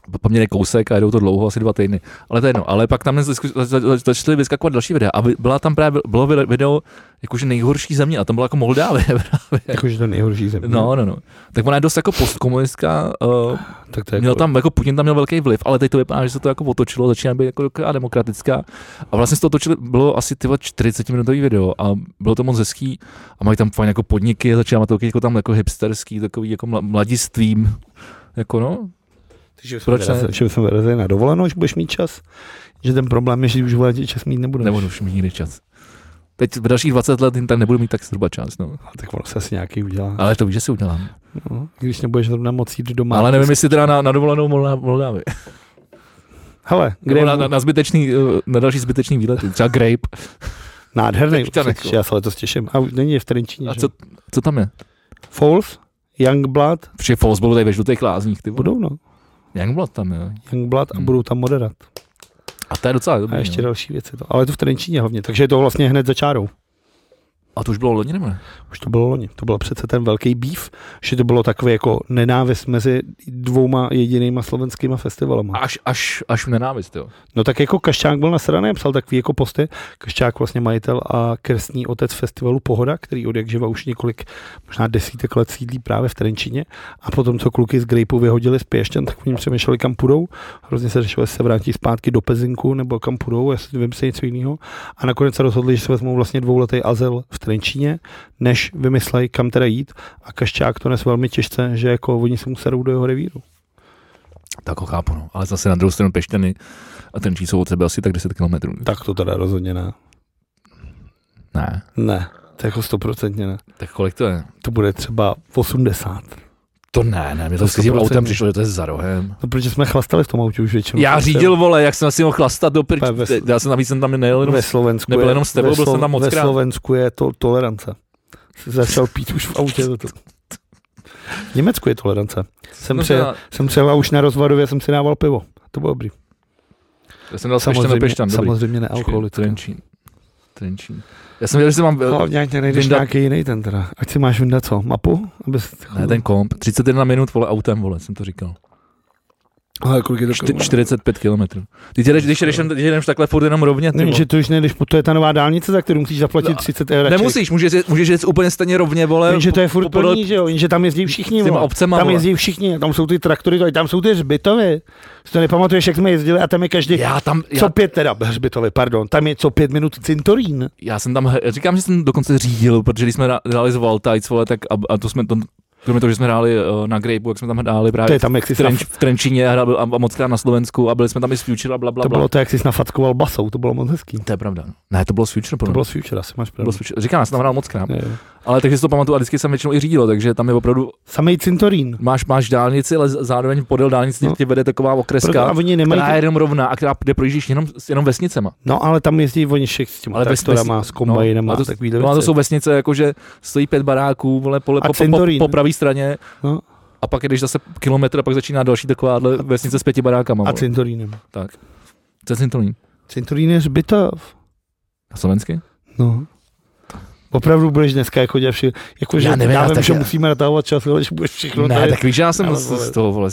poměrně kousek a jedou to dlouho, asi 2 týdny. Ale to je jedno. Ale pak tam začaly vyskakovat další videa a byla tam právě, bylo video jakože nejhorší země a tam byla jako Moldávie právě. Jakože to nejhorší země. No. Tak ona je dost jako postkomunistická, tak to je měl tam, jako Putin tam měl velký vliv, ale teď to vypadá, že se to jako otočilo, začíná být jako demokratická. A vlastně se to otočilo, bylo asi 40-minutový video a bylo to moc hezký a mají tam fajn jako podniky, začíná to jako tam jako hipsterský, takový jako mladistvím, jako no. Takže bychom vyrazili na dovolenou, až budeš mít čas, že ten problém je, že už v čas mít nebudeš. Nebudu už mít nikdy čas. Teď v dalších 20 let tak nebudu mít tak zhruba čas, no. Tak ono se asi nějaký udělá. Ale to víš, že si udělám. No, když nebudeš zrovna moc jít doma. Ale nevím, jestli teda na dovolenou Moldávy. Hele, na další zbytečný výlety, třeba Grape. Nádherný, já se letos těším. A není v Trenčíně. A co tam je? Falls, Youngblood. Protože Falls budou tady ve žlutých lázních, ty. Budou, no. Youngblood tam je. Youngblood a budou tam moderat. A to je docela dobrý. A ještě další věci. Ale to v Trenčíně hlavně, takže je to vlastně hned za čárou. A to už bylo loni, nebo ne? Už to bylo loni. To byl přece ten velký beef, že to bylo takové jako nenávist mezi 2 jedinýma slovenskýma festivalama. Až nenávist, jo. No tak jako Kašťák byl nasraný, psal takový jako posty. Kašťák vlastně majitel a krstní otec festivalu Pohoda, který od jakživa už několik, možná desítek let sídlí právě v Trenčíně. A potom, co kluky z Grapeu vyhodili z Piešťan, tak oni přemýšleli, kam půjdou. Hrozně se řešilo, jestli se vrátí zpátky do Pezinku nebo kam půjdou, jestli vymyslí něco jiného. A nakonec se rozhodli, že se vezmou vlastně 2letý azyl v Trenčíně, než vymyslejí, kam teda jít. A Kašťák to nes velmi těžce, že jako oni se musí do jeho revíru. Tak ho chápu, no. Ale zase na druhou stranu Piešťany a Trenčín jsou od sebe asi tak 10 kilometrů. Tak to teda rozhodně ne. Ne, to jako 100% ne. Tak kolik to je? To bude třeba 80. To ne, mě to s tím autem přišlo, že to je za rohem. No protože jsme chlastali v tom autě už většinou. Já řídil, vole, jak jsem si mohl chlastat do já jsem navíc tam nejel jenom ve Slovensku. Nebyl jenom s tebou, byl jsem tam moc krát. Ve Slovensku je to tolerance. Jsi začal pít už v autě. V Německu je tolerance. Jsem přijel a už na Rozvadově jsem si dával pivo. To bylo dobrý. Já jsem dal Piešťan, samozřejmě nealkoholické. Trenčín. Já jsem věděl, že si mám... Hlavně nejdeš nějaký jiný ten teda. Ať si máš vyndat co? Mapu? Ne, ten komp. 31 minut, vole, autem, vole, jsem to říkal. Ale kolik je to 45 kilometrů. Ty když jdeš takhle furt jenom rovně. Nevím, že to už nejdeš, to je ta nová dálnice, za kterou musíš zaplatit 30 €. Nemusíš, můžeš jít úplně stejně rovně, vole. Vím, že to je furt plný, že jo, že tam jezdí všichni, vole. Tam jezdí všichni, tam jsou ty traktory, tam jsou ty hřbitovy. Si to nepamatuješ, jak jsme jezdili a tam je každý, co 5 teda, hřbitovy, pardon, tam je co 5 minut cintorín. Já jsem tam, říkám, že jsem dokonce řídil, protože když jsme dali z Valtajc, vole, tak a to jsme to... Kromě toho, že jsme hráli na Grapeu, jak jsme tam hráli právě v Trenčíně a mockrát na Slovensku a byli jsme tam i s Future a blablabla. To bylo to, jak jsi nafackoval basou, to bylo moc hezký. To je pravda. Ne, to bylo s Future. To bylo s Future, asi máš pravdu. Říkám, já jsem tam hrál mockrát. Ale takže si to pamatuju a vždycky jsem většinou i řídilo, takže tam je opravdu... Samej cintorín. Máš dálnici, ale zároveň podél dálnici tě vede taková okreska, která je jenom rovná a kde projíždíš jenom vesnicema. No ale tam jezdí oni všech s těma traktorama, s kombajnama, takovýhle věci. No a to jsou vesnice, jakože stojí 5 baráků, vole, po pravé straně. No. A pak jdeš zase kilometr a pak začíná další takováhle vesnice s 5 barákama. A cintorínem. Tak. Co je cintorín? Cintorín je hřbitov. Na slovensky? No. Opravdu budeš dneska jako dělat všechno. Jako, já nevím, já vím, že musíme natahovat čas, ale že budeš všechno. Ne, tak víš, že já jsem z toho, vole,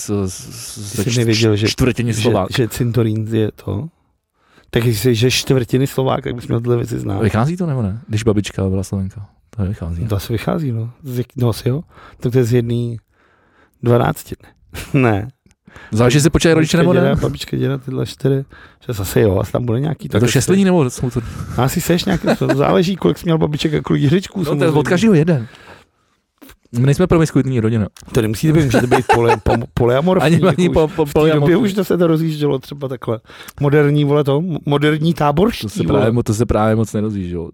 z čtvrtiny Slovák. Že cintorín je to. Tak když jsi čtvrtiny Slovák, tak bys měl tyhle věci znát. Vychází to nebo ne? Když babička byla Slovenka. To vychází. To asi vychází, no. No asi jo. Tak to je z jedný 12. Ne. Záleží, si počítají rodiče nebo ne? Babička, děda, tyhle 4. Že zase jo, asi tam bude nějaký. Tak to 6 lidí nebo jsou to? Asi seš nějaký, to záleží, kolik jsi měl babiček a kolik hřičků. No to je od každého jeden. My nejsme promiskuitní rodina. To nemusíte být, můžete být polyamorfní. Ani polyamorfní. Už to se to rozjíždělo třeba takhle. Moderní, vole to, moderní táborští. To se právě moc nerozjíždělo.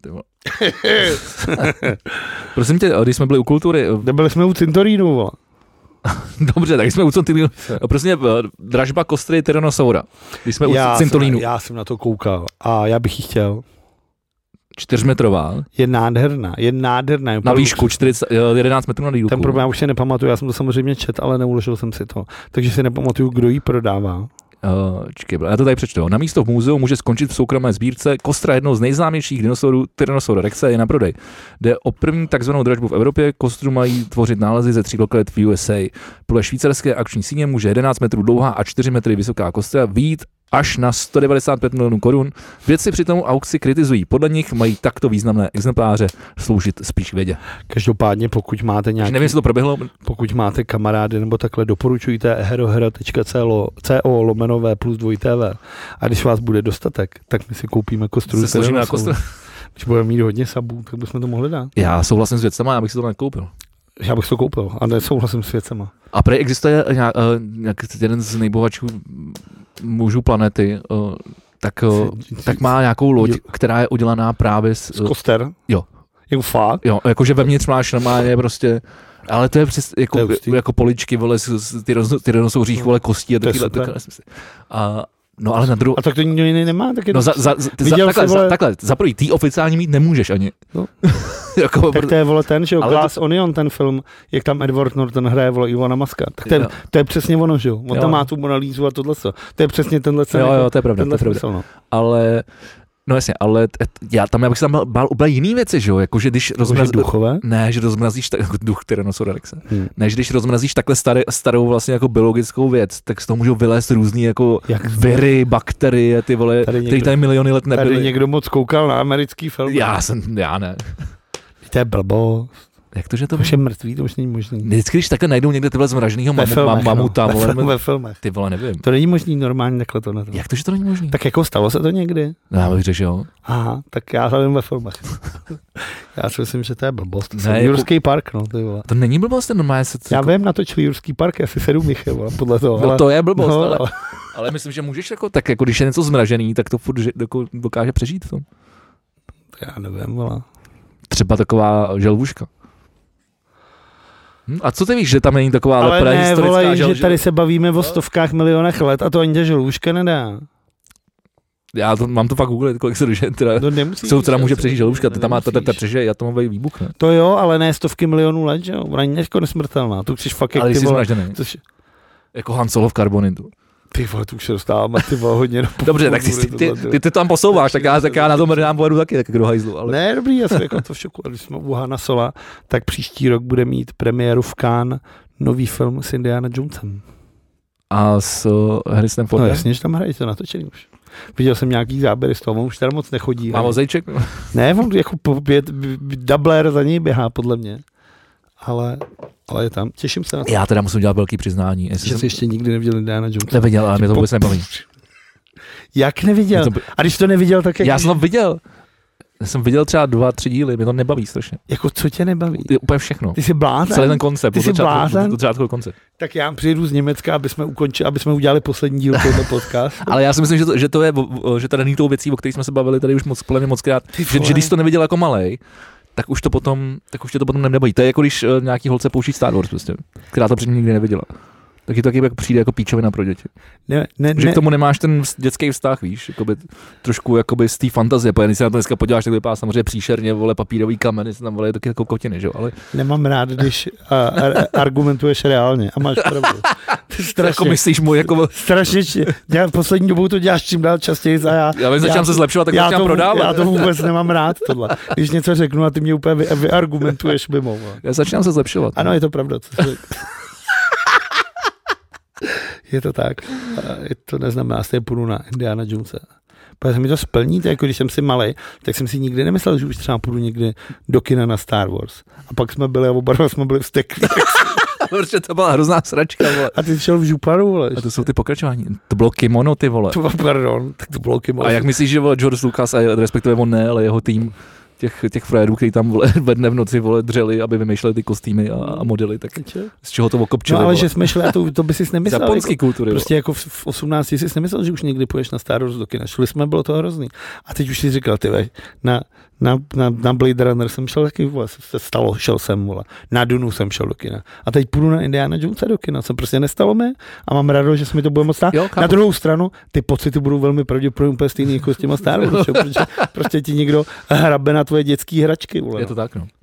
Prosím tě, když jsme byli u kultury. Byli jsme u cintorínu, vole. Dobře, tak jsme u cintorínu. Prostě dražba kostry Tyrannosaura. Když jsme u cintorínu. Já jsem na to koukal a já bych ji chtěl. 4metrová. Je nádherná. Na výšku 11 metrů na dílku. Ten problém já už se nepamatuju, já jsem to samozřejmě čet, ale neuložil jsem si to. Takže si nepamatuju, kdo ji prodává. já to tady přečtu. Na místo v muzeu může skončit v soukromé sbírce kostra jednoho z nejznámějších dinosaurů, Tyrannosaura rexe, je na prodej. Jde o první takzvanou dražbu v Evropě, kostru mají tvořit nálezy ze 3 lokalit v USA. Podle švýcarské akční síně může 11 metrů dlouhá a 4 metry vysoká kostra vyjít až na 195 milionů korun. Vědci přitom aukci kritizují. Podle nich mají takto významné exempláře sloužit spíš vědě. Každopádně, pokud máte nějaký... Nevím, jestli to proběhlo. Pokud máte kamarády nebo takhle, doporučujte herohero.co/v+2tv. A když vás bude dostatek, tak my si koupíme kostru. Když budeme mít hodně sabů, tak bychom to mohli dát. Já souhlasím s věcma, já bych si to nekoupil. Já bych to koupil a nesouhlasím s věcema. A prej existuje jeden z nejbohatších mužů planety, tak má nějakou loď, která je udělaná právě z koster? Jo. Jako fakt? Jo, jakože vevnitř máš normálně prostě, ale to je přes, jako poličky, vole, ty dinosauřích, vole, kostí a takhle. No ale na druhou... A tak to nikdo jiný nemá? Tak no takhle, za první, ty oficiálně mít nemůžeš ani. No. Jako, tak to je, vole, ten, že jo, Glass Onion, ten film, jak tam Edward Norton hraje, vole, Ilona Muska. Tak to je přesně ono, že jo. On tam má tu Mona Lízu a tohle. To je přesně tenhle scén. Jo, to je pravda, no. Ale... No jasně, ale já bych se tam bál úplně jiný věci, že jo, jakože když rozmrazíš jako duch Tyrannosaura rexe. Ne, že když rozmrazíš takhle starou vlastně jako biologickou věc, tak z toho můžou vylézt různý jako viry, bakterie, ty vole, který tady miliony let nebyly. Tady někdo moc koukal na americký film. Já ne. To je blbost. Jak to, že to je mrtvý, to už není možný. Vždycky, když takhle najdou někde tyhle zmraženýho mamuta, ve filmech. Ty vole, nevím. To není možný normálně takhle to. Jak to, že to není možný? Tak jako stalo se to někdy? No, já bych řekl, že jo. Aha, tak já hledám ve filmech. Já si myslím, že to je blbost. Jurský park, no, ty vole. To není blbost, ten normálně se... Já vím, natočil Jurský park, asi 7 Michal, podle toho. No to je blbost, ale myslím, že můžeš jako, tak jako když je něco zmražený, tak to furt dokáže přežít v tom. Já nevím, vole. Třeba taková želvuška. A co ty víš, že tam není taková lepra historická želvuška? Ale že tady se bavíme o stovkách milionech let a to ani ta želvuška nedá. Já to mám to fakt googlit, kolik se dožije, teda může přežít želvuška, tam má ta přežije atomový výbuch, ne? To jo, ale ne stovky milionů let, že jo? Ona není jako nesmrtelná, tu chceš fakt jak ty vole. Jako Han Solo v Carbonitu. Ty vole, tu už se dostáváme, ty vole, hodně. Dobře, tak ty tam posouváš, tak já na tom mrdám pojedu taky, tak do hajzlu. Ale... Ne, dobrý, já jsem jako to v šoku. Když jsme u Hana Sola, tak příští rok bude mít premiéru v Cannes nový film s Indiana Jonesem. A s Harrisonem Fordem? No jasně, že tam hrají, to natočený už. Viděl jsem nějaký záběry z toho, on už teda moc nechodí. Má vozejček? Ne, on jako dubler za něj běhá, podle mě. Ale je tam, těším se na to. Já teda musím dělat velký přiznání. Že jsi ještě nikdy neviděl Indiana Jonesa. Neviděl, ale mě to vůbec nebaví. Jak neviděl? A když to neviděl, tak jak... Já jsem to viděl. Já jsem viděl třeba 2-3 díly, mě to nebaví strašně. Jako co tě nebaví? Úplně všechno. Ty jsi blázen? Celý ten koncept. Ty jsi blázen? Koncept. Tak já přijedu z Německa, aby jsme udělali poslední díl tohoto podcastu. Ale já si myslím, že to není tou věcí, o kterých jsme se bavili tady už mockrát, že když to neviděl jako malej, tak už tě to potom nebaví. To je jako když nějaký holce pouští Star Wars, prostě, která to předtím nikdy neviděla. Taky to jako přijde jako píčovina pro děti. Že k tomu nemáš ten dětský vztah, víš, jakoby, trošku jakoby z té fantazie, protože když se na to dneska podíváš, tak vypadá samozřejmě příšerně, vole, papírový kameny, tam vole taky jako kotiny, že jo, ale... Nemám rád, když argumentuješ reálně a máš pravdu. Strašně, jako myslíš můj, jako... Strašně, poslední dobou to děláš čím dál častěji a já začínám se zlepšovat, tak začínám prodávat. Já to vůbec nemám rád tohle. Když něco řeknu a ty mě úplně vyargumentuješ mimo. Já začínám se zlepšovat. Ano, je to pravda, co jsi Je to tak. To neznamená, že půjdu na Indiana Jonesa. Protože se mi to splní, jako když jsem si malej, tak jsem si nikdy nemyslel, že už třeba půjdu někdy do kina na Star Wars. A pak jsme byli a oba dva jsme byli vzteklí. Protože to byla hrozná sračka, vole. A ty jsi šel v župaru, vole. A to jsou ty pokračování. To bylo kimono, ty vole. Pardon, tak to bylo kimono. A jak myslíš, že vole George Lucas, a respektive on ne, ale jeho tým těch frajerů, kteří tam vole, ve dne v noci vole, dřeli, aby vymýšleli ty kostýmy a modely, tak z čeho to okopčili. No ale že jsme šli, a to by si nemyslel. Japonský jako, kultury. Prostě jako v 18 jsi nemyslel, že už někdy půjdeš na Star Wars do kina. Šli jsme, bylo to hrozný. A teď už si říkal, ty na Blade Runner jsem šel taky, vole, šel jsem, vole. Na Dunu jsem šel do kina. A teď půjdu na Indiana Jonesa do kina. Se prostě nestalo mi a mám radost, že se mi to bude moc stát. Na druhou stranu, ty pocity budou velmi pravděpodobně úplně stejný jako s těma Star Wars, protože prostě ti někdo hrabe na tvoje dětský hračky, vole. Je to tak, no.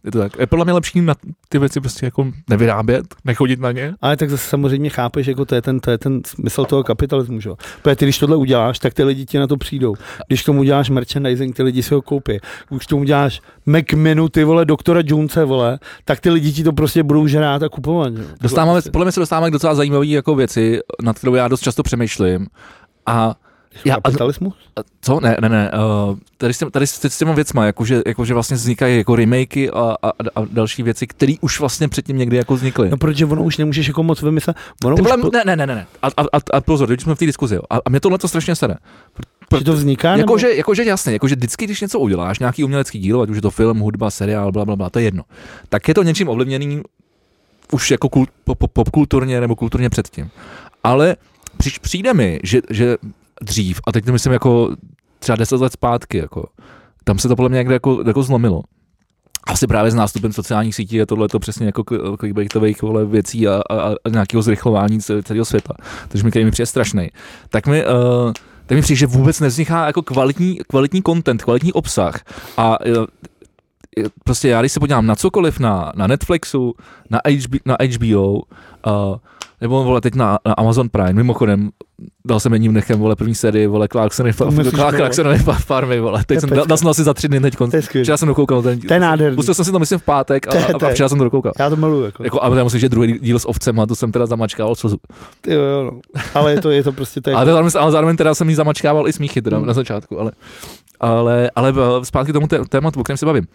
Je to tak. Je podle mě lepší na ty věci prostě jako nevyrábět, nechodit na ně. Ale tak zase samozřejmě chápeš, jako to je ten smysl toho kapitalismu, že jo. Protože ty, když tohle uděláš, tak ty lidi ti na to přijdou. Když tomu děláš merchandising, ty lidi si ho koupí. Když tomu děláš McMenu, ty vole, doktora Jonese, vole, tak ty lidi ti to prostě budou žrát a kupovat. Podle mě se dostáváme k docela zajímavé jako věci, nad kterou já dost často přemýšlím. A kapitalismus? Co? Ne. Tady s těma věcma, jakože vlastně vznikají jako remakey a další věci, které už vlastně předtím někdy jako vznikly. No protože ono už nemůžeš jako moc vymyslet. Ne. A pozor, když jsme v té diskuzi, a mě tohle to strašně sere. Že to vzniká? Jakože jasně, jakože vždycky, když něco uděláš, nějaký umělecký dílo, ať už je to film, hudba, seriál, blablabla, to je jedno. Tak je to něčím ovlivněný už jako popkulturně nebo kulturně předtím. Ale přijde mi, že dřív, a teď to myslím jako třeba 10 let zpátky, jako, tam se to podle mě někde jako zlomilo. Asi právě s nástupem sociálních sítí je tohleto přesně jako clickbaitových věcí a nějakého zrychlování celého světa. Takže mi přijde strašnej. Tak mi přijde, že vůbec nevzniká jako kvalitní content, kvalitní obsah. A prostě já, když se podívám na cokoliv na Netflixu, na HBO, nebo vole teď na Amazon Prime, mimochodem dal jsem jedním nechem, vole, první sérii, vole, Clarksonovy farmy, vole, teď dal jsem asi za 3 dny teďkon, včera jsem dokoukal ten díl. To je nádherný. Pustil jsem si to, myslím, v pátek a včera jsem to dokoukal. Já to miluji. Jako, a musím, že druhý díl s ovcem, a to jsem teda zamačkával slzu. Jo, no. Ale je to prostě tak. Ale zároveň teda jsem jí zamačkával i smíchy teda na začátku, ale zpátky k tomu tématu, o kterém se bavím.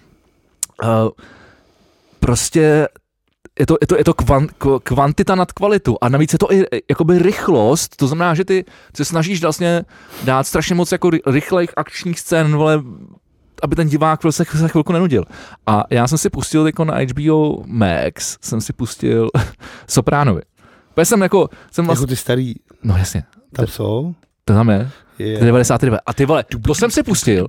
Prostě je to kvantita nad kvalitu a navíc je to i jakoby rychlost, to znamená, že ty se snažíš vlastně dát strašně moc jako rychlejch akčních scén, vole, aby ten divák se chvilku nenudil. A já jsem si pustil jako na HBO Max, jsem si pustil Sopránovi. Jsem vlastně... ty starý... No jasně. Tam jsou? To tam je. 99. A ty vole, to jsem si pustil.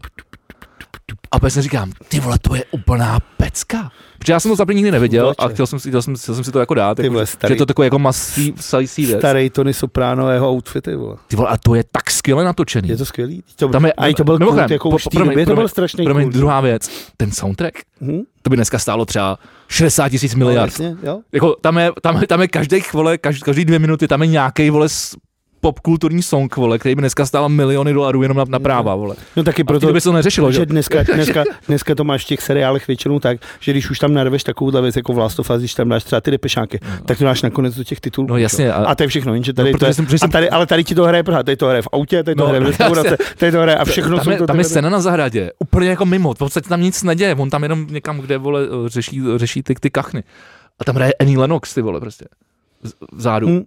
A pak si říkám, ty vole, to je úplná pecka. Protože já jsem to za nikdy neviděl a chtěl jsem si to jako dát, jako, že je to takový jako masivní věc. Starý Tony Soprano jeho outfity, vole. Ty vole, a to je tak skvěle natočený. Je to skvělý. To byl kult, jako už v té době to byl strašný kult. Druhá věc, ten soundtrack, to by dneska stálo třeba 60 000 miliard. No, jasně, jo. Jako, tam je každý 2 minuty, tam je nějaký, vole, popkulturní song, vole, který by dneska stál miliony dolarů jenom na práva, vole. No taky proto, by se to neřešilo, že dneska to máš v těch seriálech většinou tak, že když už tam narveš takovouhle věc jako v Last of Us, když tam dáš třeba ty depešáky, tak to dáš nakonec do těch titulů. No jasně. A to je všechno, jenže tady ale tady ti to hraje, tady to hraje v autě, tady to hraje v restauraci, tady to hraje a všechno jsou to. Tam je scéna na zahradě, úplně jako mimo, v podstatě tam nic neděje, on tam jenom někam, kde, vole, řeší ty kachny. A tam hraje Annie Lennox, ty vole, prostě. Vzadu.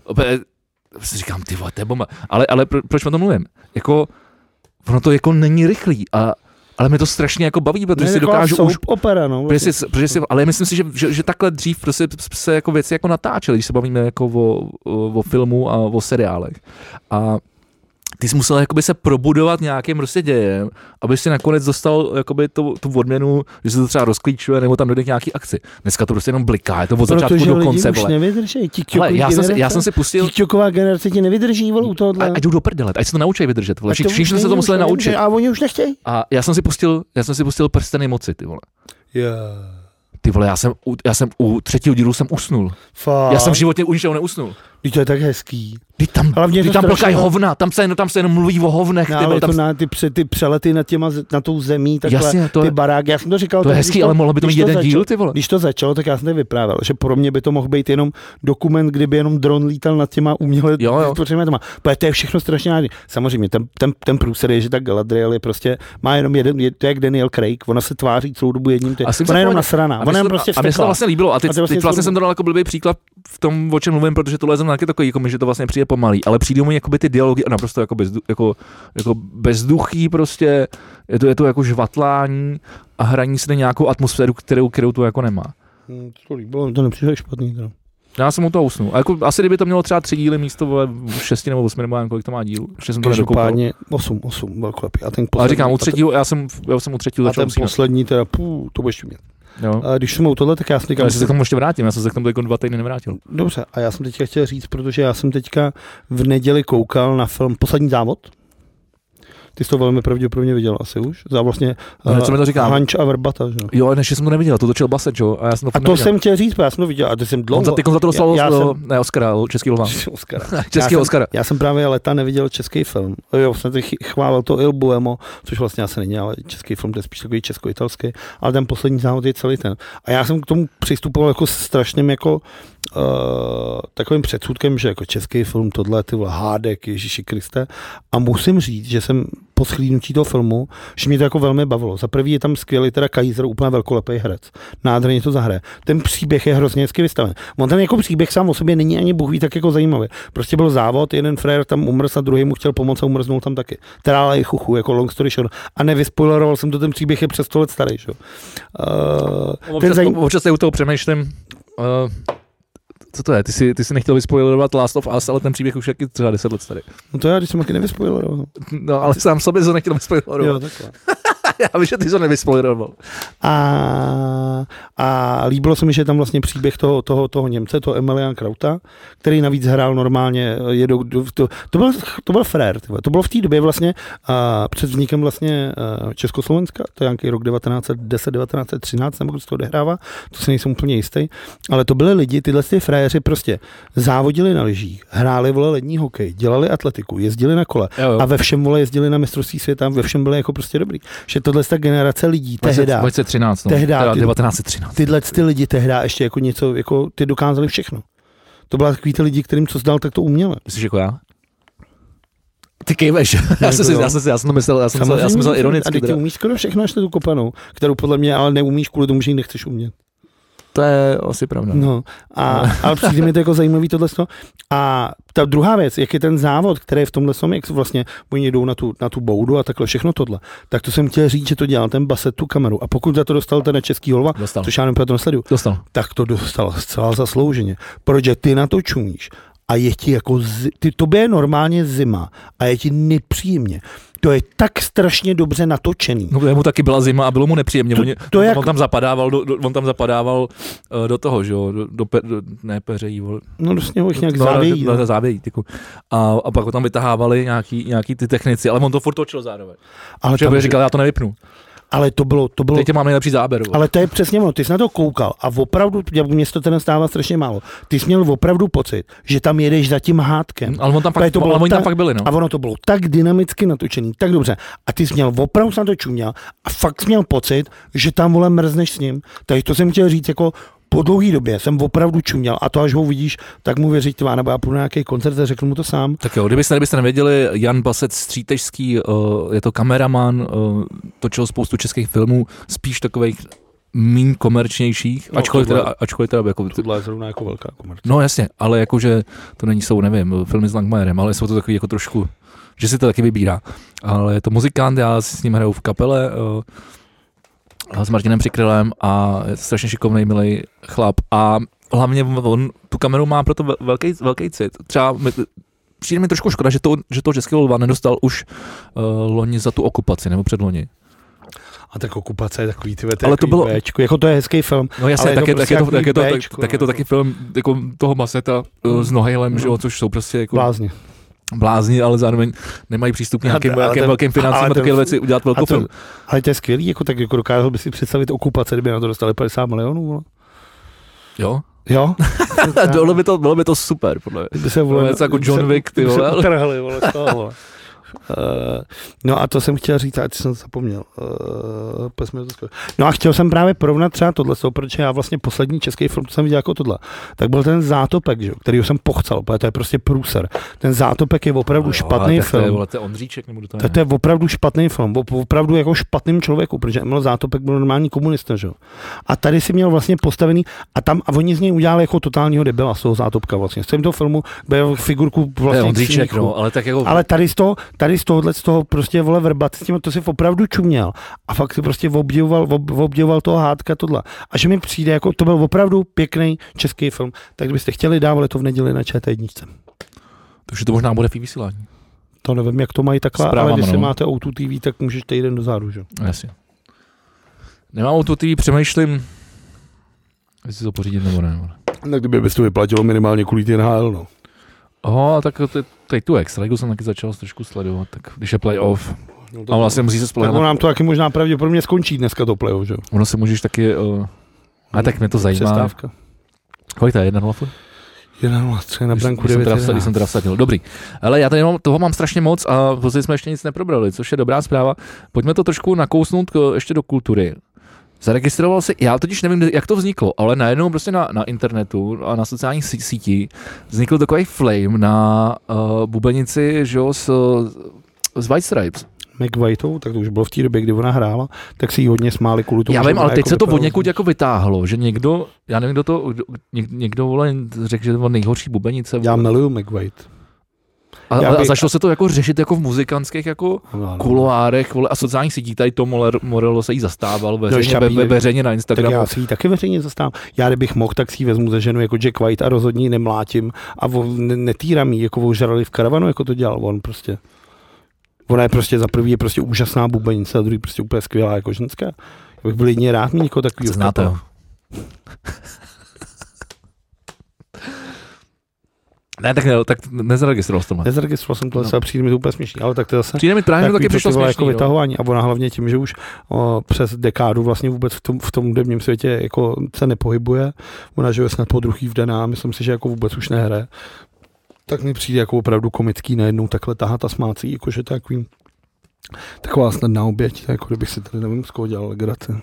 Si říkám, ty vole, to je bomba. Ale proč o tom mluvím? Jako, ono to jako není rychlý, ale mě to strašně jako baví, protože si dokážu už... opera, no. Ale myslím si, že takhle dřív prostě se jako věci jako natáčely, když se bavíme jako o filmu a o seriálech. A ty jsi musel jakoby se probudovat nějakým prostě dějem, aby si nakonec dostal jakoby tu odměnu, že se to třeba rozklíčuje nebo tam dojde k nějaký akci. Dneska to prostě jenom bliká, je to od začátku do konce. Protože lidi už nevydrží. Já jsem si pustil... TikToková generace ti nevydrží, vole, u tohohle. A jdou do prdele, ať se to naučí vydržet, vole. Všichni se to museli naučit. A oni už nechtějí. A já jsem si pustil Prsteny moci, ty vole. Yeah. Ty vole, já jsem u 3. dílu jsem usnul. Fakt. Já jsem v životě u ničeho neusnul. To je tak hezký. Tam plkají hovna, tam se jenom mluví o hovnech. No, ale ty přelety na tou zemí, takhle, jasně, ty baráky, já jsem to říkal. To je hezký, ale mohlo by to mít jeden díl, ty vole. Když to začalo, tak já jsem to vyprávěl, že pro mě by to mohl být jenom dokument, kdyby jenom dron lítal nad těma uměle vytvořenýma. To je všechno strašně nádherný. Samozřejmě, ten průser je, že ta Galadriel je prostě, má jenom jeden, to je jak Daniel Craig, ona se tváří celou dobu jedním, ona je jenom nasraná, ona je prostě a mně se to vlastně líbilo a teď vlastně jsem to dal jako blbý příklad v tom, o čem mluvím, protože tohle jsem taky takový, jako že to vlastně přijde pomalý, ale přijde mi jakoby ty dialogy naprosto jako bezduchý prostě, je to jako žvatlání a hraní si na nějakou atmosféru, kterou to jako nemá. To líbilo, to nepřijde špatný. To. Já jsem u toho usnul. A jako, asi kdyby to mělo třeba 3 díly místo 6 nebo 8, nebo kolik to má díl. Ještě jsem to nedokoukal. 8 velkolepý. A říkám, u 3. Já jsem u 3. začal. A ten poslední teda, to budeš mít. Jo. A když jsem u tohle, tak já jsem teďka... Já se k tomu ještě vrátím, já jsem se k tomu jako 2 týdny nevrátil. Dobře, a já jsem teďka chtěl říct, protože já jsem teďka v neděli koukal na film Poslední závod, Ty jsi to velmi pravděpodobně viděl asi už. Za vlastně Hanč a Vrbata, že? Jo, než jsem to neviděl, to točil Baset, jo? A já jsem to neviděl. Jsem chtěl říct, já jsem to viděl, a to jsem dlouho. On za to dostal Oscara, český lva. Český Oscara. Já jsem právě leta neviděl český film. Jo, jsem teď chválil to Il Buemo, což vlastně asi není, ale český film, to je spíš takový česko-italský, ale ten poslední závod je celý ten. A já jsem k tomu přistupoval jako strašným jako takovým předsudkem, že jako český film, tohle, ty vole, Hádek, Ježíši Kriste. A musím říct, že jsem po shlédnutí toho filmu, že mě to jako velmi bavilo. Za prvý je tam skvělý teda Kaiser, úplně velkolepý herec. Nádherně to zahraje. Ten příběh je hrozně hezky vystaven. On ten jako příběh sám o sobě není ani bůh ví tak jako zajímavý. Prostě byl závod, jeden frér tam umrz a druhý mu chtěl pomoct a umrznul tam taky. Trála i chuchu, jako long story short. A nevyspoileroval jsem to, ten příběh je přes 100 let starý, že? Občas u toho přemýšlím, co to je? Ty jsi nechtěl vyspoilerovat Last of Us, ale ten příběh už je třeba 10 let starý. No to já, když jsem taky nevyspoileroval. No, ale sám sobě to nechtěl vyspoilerovat. Jo, takhle. Já vím, že ty jsi to nevyspoileroval. A líbilo se mi, že je tam vlastně příběh toho Němce, toho Emiliana Krauta, který navíc hrál normálně, to byl frér, to bylo v té době vlastně před vznikem vlastně Československa, to je nějaký rok 1910, 1913, nebo kdo se to odehrává, to si nejsem úplně jistý, ale to byly lidi, tyhle fréři prostě závodili na lyžích, hráli vole lední hokej, dělali atletiku, jezdili na kole a ve všem vole jezdili na mistrovství světa, ve všem byli jako prostě dobrý. Že tohle ta generace lidí tehda. 2013, no. Tehda 1913. Tyhle ty lidi tehda ještě jako něco, jako ty dokázali všechno. To byla takový ty lidi, kterým co zdal, tak to uměli. Myslíš jako já? Ty kejveš. Já jsem to myslel ironicky. A ty umíš skoro všechno, až tu kopanou, kterou podle mě ale neumíš kvůli tomu, že ji nechceš umět. To je asi pravda. No, ale přijde mi to jako zajímavý tohle. A ta druhá věc, jak je ten závod, který je v tomhle tom, jak vlastně oni jdou na tu boudu a takhle všechno tohle, tak to jsem chtěl říct, že to dělal ten Baset tu kameru. A pokud za to dostal ten český holva, což já nevím, to nesleduju, tak to dostal zcela zaslouženě. Protože ty na to čumíš a je ti jako, tobě je normálně zima a je ti nepříjemně. To je tak strašně dobře natočený. No, mu taky byla zima a bylo mu nepříjemně. On tam zapadával do toho, že jo, ne peřejí. No do sněhu nějak závějí. Závějí. A pak ho tam vytahávali nějaký ty technici, ale on to furt točil zároveň. Ale tam říkal, já to nevypnu. Ale to bylo... Teď mám nejlepší záběr. Ale to je přesně ono, ty jsi na to koukal a opravdu, mě se to ten stává strašně málo, ty jsi měl opravdu pocit, že tam jedeš za tím hádkem. Ale on tam fakt byli, no. A ono to bylo tak dynamicky natočený, tak dobře. A ty jsi měl opravdu na to čuměl a fakt jsi měl pocit, že tam vole mrzneš s ním. Takže to jsem chtěl říct jako po dlouhé době jsem opravdu čuměl a to až ho vidíš, tak mu věříš tvá, nebo já půjdu na nějaký koncert a řeknu mu to sám. Tak jo, kdybyste nevěděli, Jan Baset Střítežský, je to kameraman, točil spoustu českých filmů, spíš takových míň komerčnějších, ačkoliv teda jako... Tohle je zrovna jako velká komerce. No jasně, ale jakože to jsou, nevím, filmy s Langmajerem, ale jsou to takový jako trošku, že si to taky vybírá. Ale je to muzikant, já si s ním hraju v kapele, s Martinem Přikrylem a je to strašně šikovnej, milej chlap a hlavně on tu kameru má proto velký cit. Třeba přijde mi trošku škoda, že to českého lva nedostal už loni za tu okupaci, nebo předloni. A tak okupace je takový ale to bylo Bčko, jako to je hezký film. No jasně, tak je to taky film jako toho Baseta s Nohejlem, že jo, což jsou prostě jako blázni, ale zároveň nemají přístup k nějakým velkým financím a takové věci udělat velkou film. Ale to je skvělý, jako tak jako dokázal by si představit okupace, kdyby na to dostali 50 milionů. Jo? Jo? bylo by to super, podle mě. By se volili, jako John Wick, ty vole. By se utrhali, vole, z toho. No a to jsem chtěl říct, ať jsem zapomněl. No a chtěl jsem právě porovnat třeba tohle, protože já vlastně poslední český film, co jsem viděl jako tohle, tak byl ten Zátopek, že? Kterýho jsem pochcel, protože to je prostě průser. Ten Zátopek je opravdu špatný film. To je Ondříček, nebo to je opravdu špatný film, opravdu jako špatným člověku, protože Emil Zátopek byl normální komunista, že? A tady si měl vlastně postavený a oni z něj udělali jako totálního debila z toho Zátopka vlastně. Z toho filmu byl figurku vlastně Ondříček, no, ale tak jako... Ale tady z toho prostě vole Vrbat, s tím to si opravdu čuměl a fakt si prostě obdivoval toho Hádka tohle. A že mi přijde, jako to byl opravdu pěkný český film, tak kdybyste chtěli, dávali to v neděli na ČT1. Takže to možná bude v vysílání. To nevím, jak to mají takhle, ale když máte O2 TV, tak můžeš týden dozadu, že? Jasně. Nemám O2 TV, přemýšlím, jestli to pořídit nebo ne. Tak kdyby bys to vyplatilo minimálně kvůli ty NHL, no. Tak teď tu Extraligu jsem taky začal trošku sledovat, tak když je playoff. A vlastně musí se spolehat. Tak nám to taky možná pravděpodobně skončí dneska to playoff, že jo? Ono se můžeš taky, a tak mě to zajímá. Přestávka. Kolik to je, 1-0? 1-0, na branku 9. Když jsem teda vsadil. Dobrý. Ale já tady toho mám strašně moc a prostě jsme ještě nic neprobrali, což je dobrá zpráva. Pojďme to trošku nakousnout ještě do kultury. Zaregistroval se, já totiž nevím, jak to vzniklo, ale najednou prostě na internetu a na sociálních sítích vznikl takový flame na bubenici, že jo, z White Stripes. Mac Whiteou, tak to už bylo v té době, kdy ona hrála, tak si ji hodně smáli kvůli tomu. Já vím, ale teď se to od někud jako vytáhlo, že někdo, já nevím, kdo to, někdo vole, řekl, že to byla nejhorší bubenice. Já miluju Mac White. A začalo se to jako řešit jako v muzikantských jako kuloárech, vole, a sociálních sítích, tady Tom Morello se jí zastával veřejně na Instagramu. Tak já si ji taky veřejně zastávám. Já kdybych mohl, tak si ji vezmu za ženu jako Jack White a rozhodně ji nemlátím a netýram ji, jako ožrali v karavanu, jako to dělal on prostě. Ona je prostě za prvý je prostě úžasná bubenice, a druhý prostě úplně skvělá jako ženská. Já bych byl jedině rád mít někoho takovýho. Znáte ho. Ne, tak nezaregistroval jsem to. Nezaregistroval jsem to, ale přijde mi to úplně směšný, ale tak to zase... Přijde mi právě taky přišlo směšný, jako vytahování a ona hlavně tím, že už přes dekádu vlastně vůbec v tom hudebním světě jako se nepohybuje. Ona žije snad po druhý vdaná, myslím si, že jako vůbec už nehraje. Tak mi přijde jako opravdu komický najednou takhle tahat a smácí, jakože to je taková snadná oběť, jako kdybych si tady nevím, z koho dělal legraci.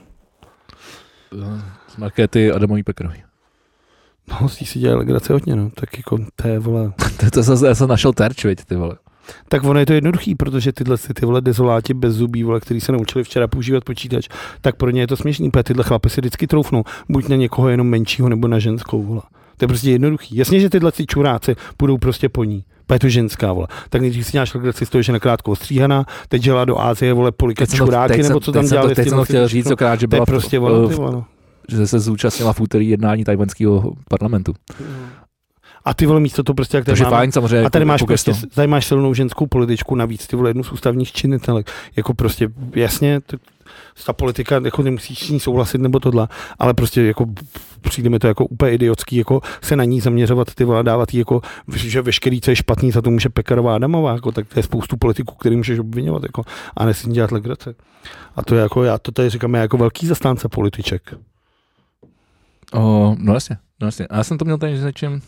Z Markéty Adamový Pekarový. No, z ní si dělal legraci hodně, no, tak jako to je, vole. to jsem našel terč, viď, ty vole. Tak ono je to jednoduchý, protože ty vole dezoláti bez zubí, vole, který se naučili včera používat počítač, tak pro ně je to směšný, protože tyhle chlapy si vždycky troufnou, buď na někoho jenom menšího, nebo na ženskou, vole. To je prostě jednoduchý. Jasně, že tyhle čuráci budou prostě po ní. Pa je to ženská, vole. Tak nejdřív si děláš legraci z toho, že nakrátko ostříhaná, teď žila do Ázie, vole, polikat čuráky, nebo co tam dělali. Teď jsem chtěl říct, že byla prostě, vole, že se zúčastnila v úterý jednání tajvanského parlamentu. A ty vole místo to prostě jak tady máme. Fajn, samozřejmě. A tady máš prostě, tady máš silnou ženskou političku, navíc ty vole jednu z ústavních činitelek. Jako prostě jasně, ta politika, jako nemusíš s ní souhlasit nebo tohle, ale prostě jako přijde mi to jako úplně idiotský, jako se na ní zaměřovat, ty vole, dávat jí jako, že veškerý, co je špatný, za to může Pekarová Adamová, jako, tak to je spoustu politiků, který můžeš obviňovat, jako, a ne si dělat legrace. A to je jako, já to tady říkám, jako velký zastánce političek. No jasně. A já jsem to měl tady s něčím,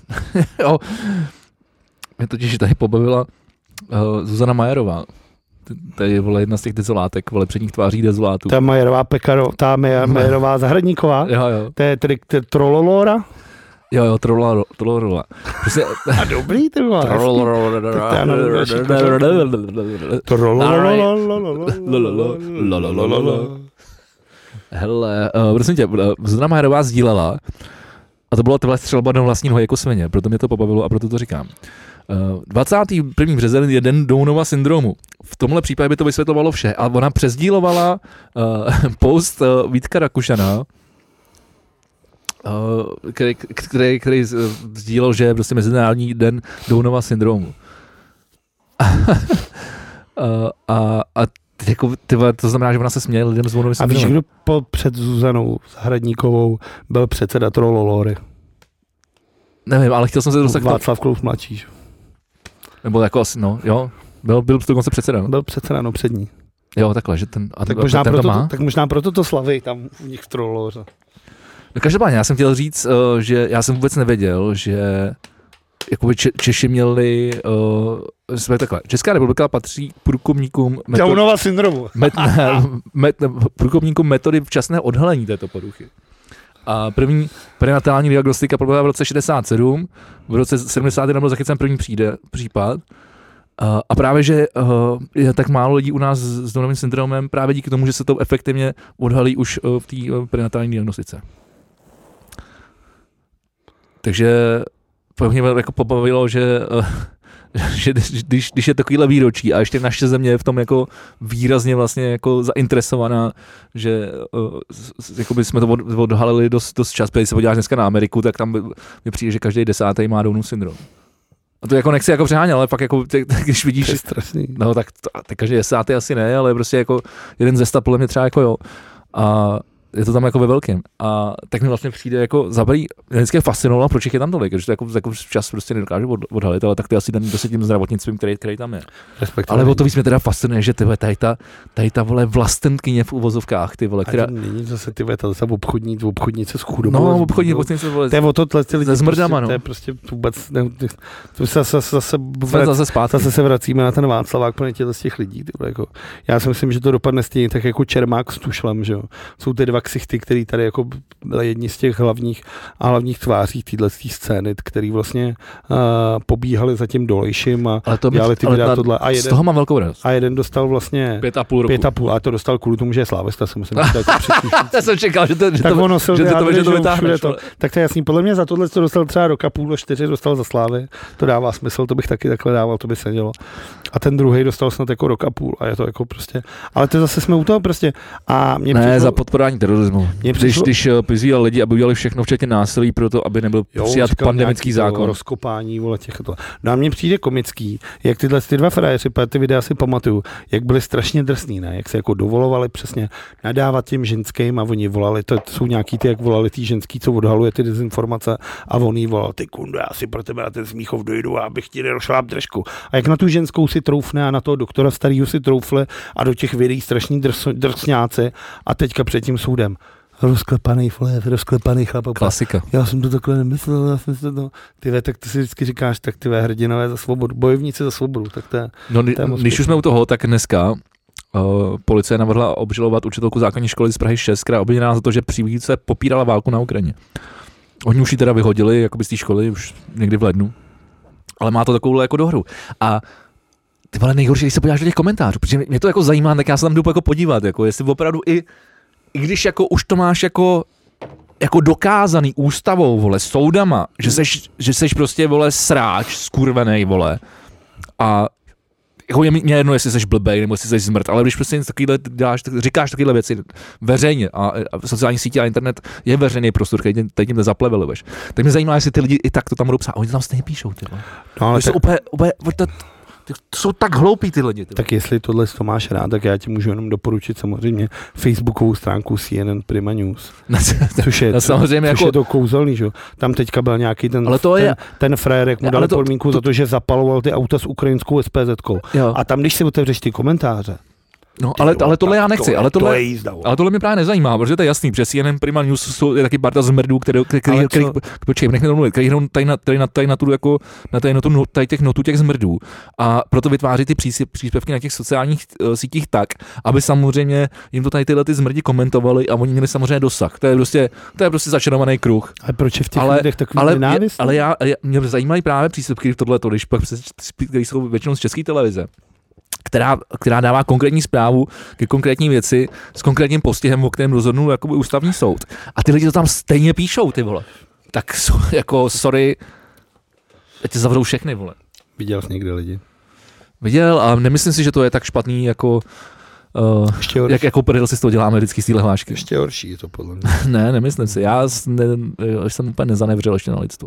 mě totiž tady pobavila Zuzana Majerová. To je, vole, jedna z těch dezolátek, vole, předních tváří dezolátů. Ta Majerová ta Majerová Zahradníková. Jo. To je tedy Trololora. Jo, Trololora. Prostě... A dobrý, ty vole. Hele, prosím tě, Zuzana Majerová sdílela, a to bylo tohle střelba do vlastního jako svině, proto mě to pobavilo a proto to říkám. 21. březen je den Downova syndromu. V tomhle případě by to vysvětlovalo vše. A ona přesdílovala post Vítka Rakušana, který sdílel, že je prostě Mezinárodní den Downova syndromu. A jako, to znamená, že ona se směje lidem s Downovým syndromem. A víš, kdo před Zuzanou Zahradníkovou byl předseda Trololory? Nevím, ale chtěl jsem se dostat Václav Klaus mladší. Nebo jako asi, no, jo. Byl dokonce předseda, no? Byl předseda, no, před ní. Jo, takhle, že ten... A tak, možná ten proto, má? Tak možná proto to slaví tam u nich v Trololoře. No, každopádně, já jsem chtěl říct, že já jsem vůbec nevěděl, že jakoby Češi měli... takhle, Česká republika patří k průkopníkům... Downova syndromu. Průkopníkům metody včasného odhalení této poruchy. A první prenatální diagnostika proběhla v roce 67, v roce 71 byl zachycen první případ. A právě, že je tak málo lidí u nás s Downovým syndromem, právě díky tomu, že se to efektivně odhalí už v té prenatální diagnostice. Takže mě jako pobavilo, že když je takovýhle výročí a ještě naše země je v tom jako výrazně vlastně jako zainteresovaná, že jako by jsme to odhalili dost čas, když se podíváš dneska na Ameriku, tak tam mi přijde, že každý 10. má Downův syndrom. A to jako nechci jako přehánět, ale fakt jako, když vidíš... To je strašný. No tak každý 10. asi ne, ale prostě jako jeden ze 100 podle mě třeba jako jo. A je to tam jako ve velkém. A tak mi vlastně přijde jako zabrý, vždycky fascinovalo, proč je tam tolik, že to jako včas prostě nedokážu odhalit, ale tak to je asi ten tím zdravotnictvím, který tam je. Ale o to víc mě teda fascinuje, že tady ta vole vlastentkyně v uvozovkách, ty vole, která... Není zase ty vole, ta zase obchodnice s chudobou. No, obchodnice vole. To je o to, ty lidi se zmrdama, no. To je prostě vůbec, zase se vracíme na ten Václavák plně z těch lidí, ty vole, jako. Já si myslím, že to dopadne stejně tak jako Čermák s Tušlem, že jo. Jsou ty dva ksichty, který tady jako byly jedni z těch hlavních tváří této scény, který vlastně pobíhali za tím Dolejším a dělali ty videa tohle. A z toho mám velkou radost. A jeden dostal vlastně 5,5 a to dostal kvůli tomu, že je slávista, si myslím, že to je to já jsem čekal, že to vytáhneš. Tak to je jasný. Podle mě za tohle to dostal třeba roka půl, 4 dostal za Slávy. To dává smysl, to bych taky takhle dával, to by se dělo. A ten druhý dostal snad jako rok a půl a je to jako prostě, ale to zase jsme u toho prostě. A mě ne, za podporování terorismu. Když vyzývali lidi, aby udělali všechno, včetně násilí, pro to, aby nebyl přijat pandemický zákon. Rozkopání, vole, těchto. No a mně přijde komický, jak ty dva frajeři, ty videa si pamatuju, jak byli strašně drsný, ne? Jak se jako dovolovali přesně nadávat těm ženským a oni volali, to jsou nějaký ty, jak volali ty ženský, co odhaluje ty dezinformace a on jí volal, ty kundo, já si pro tebe na ten Smíchov dojdu a abych ti nerošláp držku. A jak na tu ženskou si troufne a na toho doktora starýho si troufle a do těch videí strašní drsňáci a teďka před tím soudem. Rozklepaný chlap. Klasika. Já jsem to takhle nemyslel, tak ty si vždycky říkáš, tak ty hrdinové za svobodu, bojovníci za svobodu, tak to je... No, když už jsme u toho, tak dneska policie navrhla obžalovat učitelku základní školy z Prahy 6, která obviněná za to, že při výuce popírala válku na Ukrajině. Oni už ji teda vyhodili jakoby z té školy už někdy v lednu, ale má to takovou jako dohru. A ty vole, nejhorší, když se podíváš do těch komentářů, protože mě to jako zajímá, tak já se tam jdu jako podívat, jako jestli opravdu i když jako už to máš jako dokázaný ústavou, vole, soudama, že seš prostě, vole, sráč, skurvenej, vole, a jako je mě jedno, jestli seš blbej, nebo jestli seš zmrt, ale když prostě něco takovýhle děláš, tak říkáš takovýhle věci veřejně a sociální sítě a internet je veřejný prostor, který teď tím nezapleveluješ. Tak mě zajímá, jestli ty lidi i tak to tam budou psát, a oni to tam stejně píšou, ty vole. No, ale jsou to jsou tak hloupí ty lidi. Tak jestli tohle to máš rád, tak já ti můžu jenom doporučit samozřejmě facebookovou stránku CNN Prima News. Což je to kouzelný, že? Tam teďka byl nějaký ten frajer, jak mu dali podmínku za to, že zapaloval ty auta s ukrajinskou SPZ-kou. A tam, když si otevřeš ty komentáře, no, ale tohle já nechci, ale tohle mě právě nezajímá, protože to je jasný, protože CNN Prima News je taky parta zmrdů, který na těch notů těch zmrdů a proto vytváří ty příspěvky na těch sociálních sítích tak, aby samozřejmě jim to tady tyhle ty zmrdi komentovali a oni měli samozřejmě dosah. To je prostě začarovaný kruh. Ale proč je v těch lidech takový nenávist? Ale mě zajímají právě příspěvky tohleto, když pak který jsou většinou z České televize. Která dává konkrétní zprávu ke konkrétní věci s konkrétním postihem, o kterém rozhodnul jakoby ústavní soud. A ty lidi to tam stejně píšou, ty vole. Tak jako sorry, tě zavřou všechny, vole. Viděl jsi někde lidi? Viděl a nemyslím si, že to je tak špatný, jako jako prdel si z toho děláme vždycky z téhle hlášky. Ještě horší je to podle mě. Ne, nemyslím si. Já jsem úplně nezanevřel ještě na lidstvo.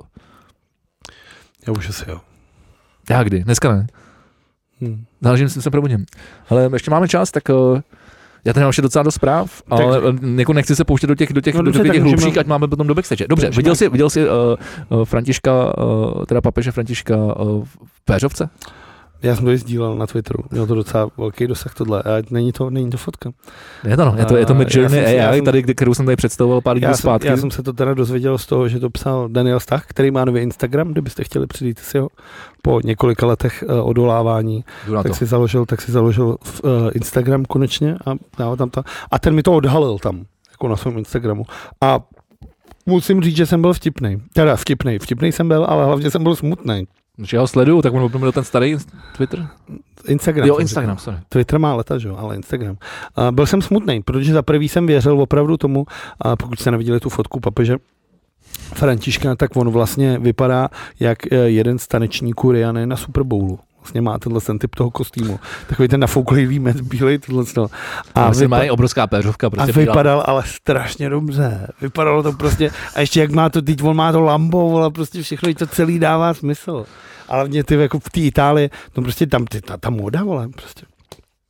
Já už asi jo. Já kdy? Dneska ne. Záleží, že se probudím. Ale ještě máme čas, tak já tady mám ještě docela dost zpráv, ale jako nechci se pouštět do těch hlubších, ať máme potom do backstage. Dobře, viděl jsi Františka, teda papeže Františka v Péřovce? Já jsem to sdílel na Twitteru, měl to docela velký dosah tohle, a není to fotka. Je to no, je to Midjourney AI, kterou jsem tady představoval pár dní zpátky. Já jsem se to teda dozvěděl z toho, že to psal Daniel Stach, který má nový Instagram, kdybyste chtěli přijít si ho po několika letech odolávání, tak si založil Instagram konečně a dával tam to. A ten mi to odhalil tam, jako na svém Instagramu. A musím říct, že jsem byl vtipnej. Teda vtipnej jsem byl, ale hlavně jsem byl smutnej. Když já ho sleduju, tak on byl ten starý Twitter? Instagram. Jo, Instagram, sorry. Twitter má leta, že jo, ale Instagram. Byl jsem smutný, protože za prvý jsem věřil opravdu tomu, a pokud jste neviděli tu fotku papeže Františka, tak on vlastně vypadá jak jeden z tanečníků Rihanny na Super Bowlu. Vlastně má ten typ toho kostýmu. Takový ten nafouklivý med, bílej tohle. A mají obrovská péřovka. Prostě a vypadal ale strašně dobře. Vypadalo to prostě, a ještě jak má to, teď on má to Lambo, ale prostě všechno to celý dává smysl. Ale mě ty jako v té Itálii, no prostě tam ta moda, vole, prostě.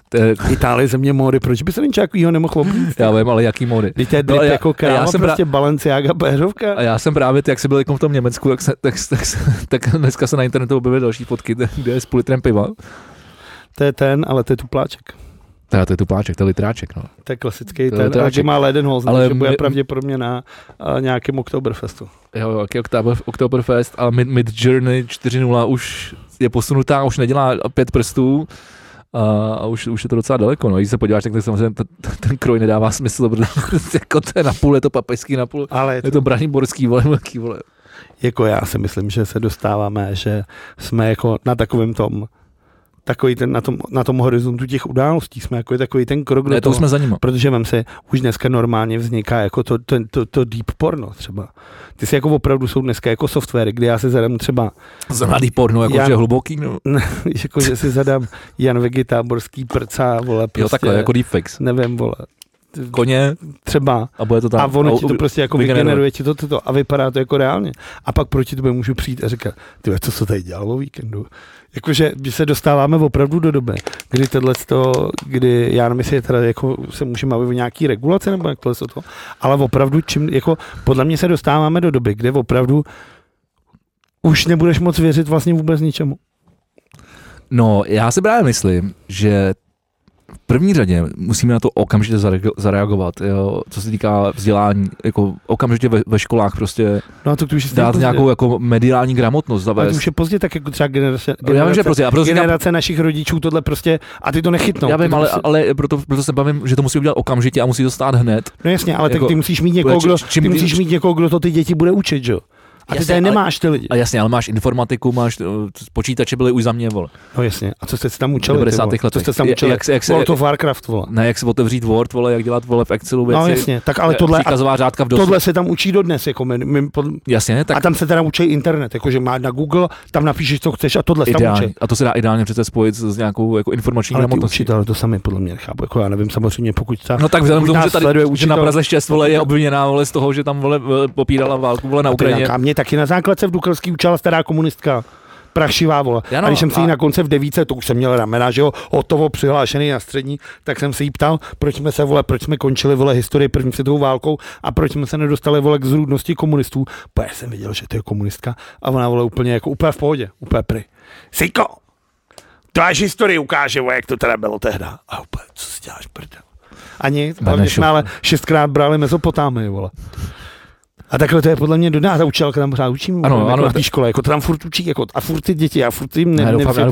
Itálie země módy, proč by se něco takovýho nemohlo být? Já vím, ale jaký módy? Teď je drip jako kráva, prostě Balenciaga, péřovka. A já jsem právě, jak jsi byl v tom Německu, tak dneska se na internetu objevily další fotky, kde je s půl litrem piva. To je ten, ale to je tupláček. To je tupláček, to je litráček, no. To je klasický ten, takže má Ledenholz, že bude pravděpodobně na nějakém Oktoberfestu. Jo, jaký Oktoberfest a Midjourney 4.0 už je posunutá, už nedělá 5 prstů a už je to docela daleko, no. Když se podíváš, tak samozřejmě ten kroj nedává smysl, protože jako to je napůl, je to papejský napůl, ale je to braniborský, velký, vole. Jako já si myslím, že se dostáváme, že jsme jako na takovém tom, takový ten, na tom horizontu těch událostí jsme jako takový ten krok do toho, jsme za nima. Protože vem si, už dneska normálně vzniká jako to deep porno třeba. Ty si jako opravdu jsou dneska jako softwary, kdy já si zadám třeba... Za deep porno, jakože hluboký, no. Jako, že si zadám Jan Vegi Táborský prcá, vole, prostě... Jo, takhle, jako deepfakes. Nevím, vole. Koně třeba a bude to tam. A ono ti to prostě jako vygeneruje ti to a vypadá to jako reálně. A pak proti tobě můžu přijít a říkat, ty co se tady dělalo o víkendu? Jakože se dostáváme opravdu do doby, kdy já nevím, jestli teda jako se můžeme bavit o nějaký regulace nebo jak to, ale opravdu jako podle mě se dostáváme do doby, kde opravdu už nebudeš moc věřit vlastně vůbec ničemu. No, já si právě myslím, že v první řadě musíme na to okamžitě zareagovat, jo, co se týká vzdělání, jako okamžitě ve školách prostě no a to dát nějakou jako mediální gramotnost zavést. Ale to už je pozdě, tak jako třeba generace našich rodičů tohle prostě, a ty to nechytnou. Já vím, ale proto se bavím, že to musí udělat okamžitě a musí to stát hned. No jasně, ale jako, tak ty musíš mít někoho, kdo to ty děti bude učit, jo. A ty tady nemáš ty lidi. A jasně, ale máš informatiku, máš počítače byly už za mě, vole. No jasně. A co jste si tam učili? 90. letech. Co jste si tam učili? World of Warcraft, vole. Ne, jak se otevřít Word, vole, jak dělat, vole, v Excelu věci. No jasně, tak ale tohle se tam učí dodnes, jako jasně, tak. A tam se teda učí internet, jakože má na Google, tam napíšeš, co chceš a tohle se tam učí. A to se dá ideálně přece spojit s nějakou jako informační gramotností. Učitelé to sami podle mě nechápu, jako já nevím, samozřejmě pokud ta. No tak vzhledem k tomu, že tady na Praze 6, vole, je obviněná, vole, z toho, že tam, vole, popírala válku, vole, na Ukrajině. A mě taky na základce v Dukelský učila stará komunistka. Prašivá, vole. A když jsem si ji na konce v 9, to už jsem měl ramena, že jo, hotovo přihlášený na střední, tak jsem se jí ptal, proč jsme končili, vole, historii první světovou válkou a proč jsme se nedostali, vole, k zrůdnosti komunistů. Já jsem viděl, že to je komunistka a ona, vole, úplně v pohodě, úplně pry. Sejko, to až historii ukáže, vole, jak to teda bylo tehda. A úplně, co si děláš, prdel? Ani, jsme ale 6krát brali Mezopotámii, vole. A takhle to je podle mě dodá, ta učitelka tam pořád učí, ano, na té škole, jako to tam furt učí, jako, a furt ty děti, a furt jim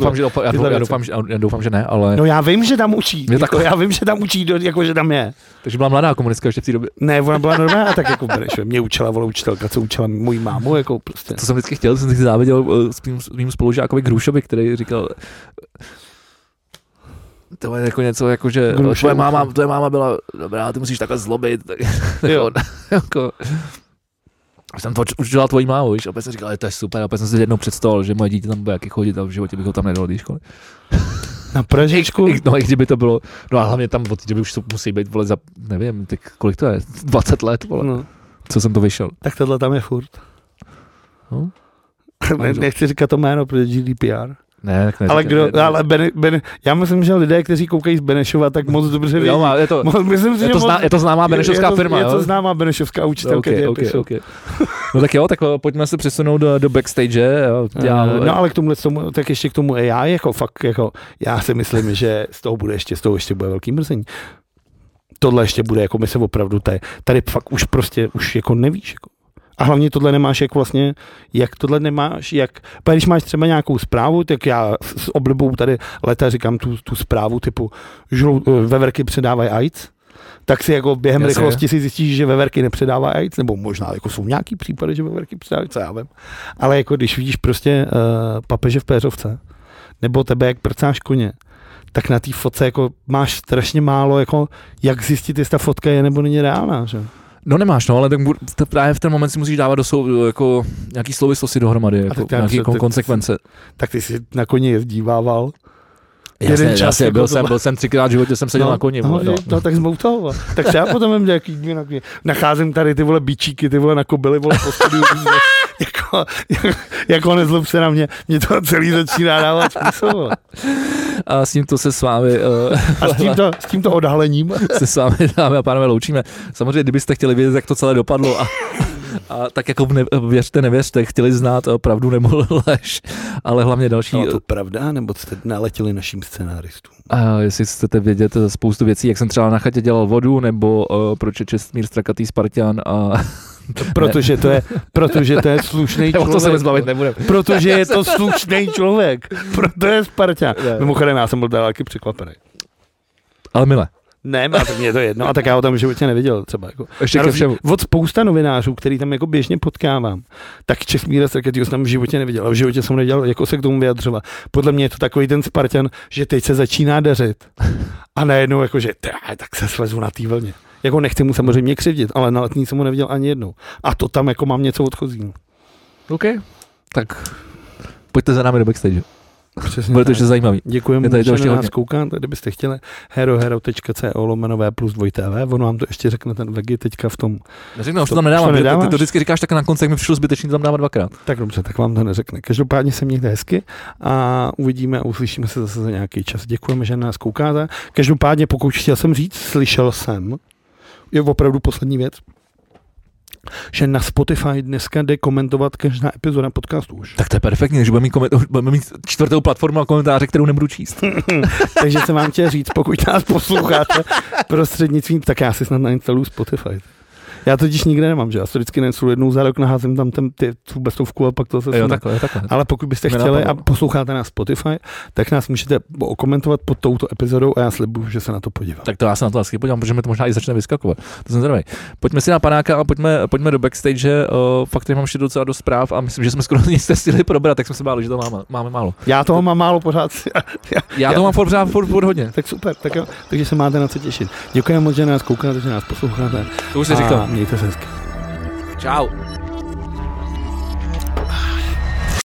já doufám, že ne, ale... No já vím, že tam učí, jako, já vím, že tam učí, jako, že tam je. Takže byla mladá komunistka ještě v té době. Ne, ona byla normálně, tak jako bereš, mě učila, vole, učitelka, co učila moji mámu, jako prostě. To jsem vždycky chtěl, jsem si záviděl s mým spolužákovi Grůšovi, který říkal... To je jako něco, jako že tvoje máma byla dobrá, ty musíš takhle zlobit, tak jako... Jsem to učila tvojí mámu, víš, opět jsem říkal, to je super, opět jsem si jednou představil, že moje dítě tam bude jaký chodit a v životě bych ho tam nedal do školy. Na Pražičku? No i kdyby to bylo, no a hlavně tam od té doby už to musí být, vole, za, nevím, tak kolik to je, 20 let, vole, no. Co jsem to vyšel. Tak tohle tam je furt. No? Nechci říkat to jméno, protože GDPR. Ne, tak ale já myslím, že lidé, kteří koukají z Benešova, tak moc dobře vědí. Je to známá benešovská firma, jo? Je to známá benešovská učitelka. Okay. No tak jo, tak pojďme se přesunout do backstage. Jo. No ale k tomu, tak ještě k tomu AI, jako fakt, jako já si myslím, že z toho ještě bude velký mrzení. Tohle ještě bude, jako my se opravdu tady fakt už jako nevíš, jako. A hlavně tohle nemáš, jak vlastně, jak tohle nemáš, když máš třeba nějakou zprávu, tak já s oblibou tady leta říkám tu zprávu typu veverky předávají AIDS, tak si jako během rychlosti si zjistíš, že veverky nepředávají AIDS, nebo možná jako jsou nějaký případy, že veverky předávají, co já vím. Ale jako když vidíš prostě papeže v péřovce, nebo tebe jak prcáš koně, tak na té fotce jako máš strašně málo, jako jak zjistit, jestli ta fotka je nebo není reálná, že? No nemáš, no, ale tak právě v ten moment si musíš dávat jako nějaký souvislosti dohromady, jako nějaký konsekvence. Tak ty si na koni jezdívával. Jasně, byl jsem 3krát v životě, jsem seděl na koni. No tak jsme u toho. Tak třeba potom mám nějaký dny na koni. Nacházím tady ty vole bičíky, ty vole na kobily, vole postudují. jako nezlob se na mě to celý začíná dávat smysl. A s tímto se s vámi... A s tímto odhalením se s vámi, dámy a pánové, loučíme. Samozřejmě, kdybyste chtěli vědět, jak to celé dopadlo a tak jako věřte, nevěřte, chtěli znát pravdu nebo lež, ale hlavně další... Ale to pravda, nebo jste naletěli našim scénáristům? A jestli chcete vědět spoustu věcí, jak jsem třeba na chatě dělal vodu, nebo proč je Čestmír Strakatý Spartan a... Protože to je slušný člověk. To se nezbavit nebudeme. Protože je to slušný člověk. Proto je Spartan. Mimochodem, já jsem byl taky překvapený. Ale milé. Ne, mě je to jedno, a tak já ho tam v životě neviděl třeba. Jako. Ještě ke všemu. Od spousta novinářů, který tam jako běžně potkávám, tak Čestmíra Strakatýho jsem tam v životě neviděl. A v životě jsem nedělal, jako se k tomu vyjadřovat. Podle mě je to takový ten Spartan, že teď se začíná dařit. A najednou jako, že tak se slezu na té vlně. Jako nechci mu samozřejmě křivdit, ale na Letní jsem ho neviděl ani jednou. A to tam jako mám něco odchozí. OK, tak pojďte za námi do backstage. Přesně bude to ještě zajímavý. Děkujeme, že na nás koukáte, kdybyste chtěli herohero.co/2tv, ono vám to ještě řekne ten Vegi teďka v tom. Neřekne, už to tam nedávám, ty to vždycky říkáš tak na konci, jak mi přišlo zbytečný tam dávat dvakrát. Tak dobře, tak vám to neřekne. Každopádně se mějte hezky a uvidíme a uslyšíme se zase za nějaký čas. Děkujeme, že na nás koukáte. Každopádně, pokud chtěl jsem říct, slyšel jsem, je opravdu poslední věc, že na Spotify dneska jde komentovat každá epizoda podcastu už. Tak to je perfektní, že budeme mít čtvrtou platformu a komentáře, kterou nebudu číst. Takže jsem vám chtěl říct, pokud nás posloucháte prostřednictvím, tak já si snad nainstaluju Spotify. Já totiž nikde nemám, že já to vždycky nainstaluju jednou za rok, naházím tam ty bestovku a pak to se takhle. Ale pokud byste chtěli a posloucháte na Spotify, tak nás můžete okomentovat pod touto epizodou a já slibuju, že se na to podívám. Tak to já se na to asi podívám, protože mi to možná i začne vyskakovat. To jsem zvědavý. Pojďme si na panáka a pojďme do backstage. Fakt mám ještě docela dost zpráv a myslím, že jsme skoro nic nestihli probrat, tak jsme se báli, že to máme málo. Já toho mám málo pořád. Já to mám pořád hodně. Tak super, tak jo, takže se máte na co těšit. Děkujeme moc, že nás koukáte, že nás posloucháte. To už jsi říkal. Mějte se hezky. Čau.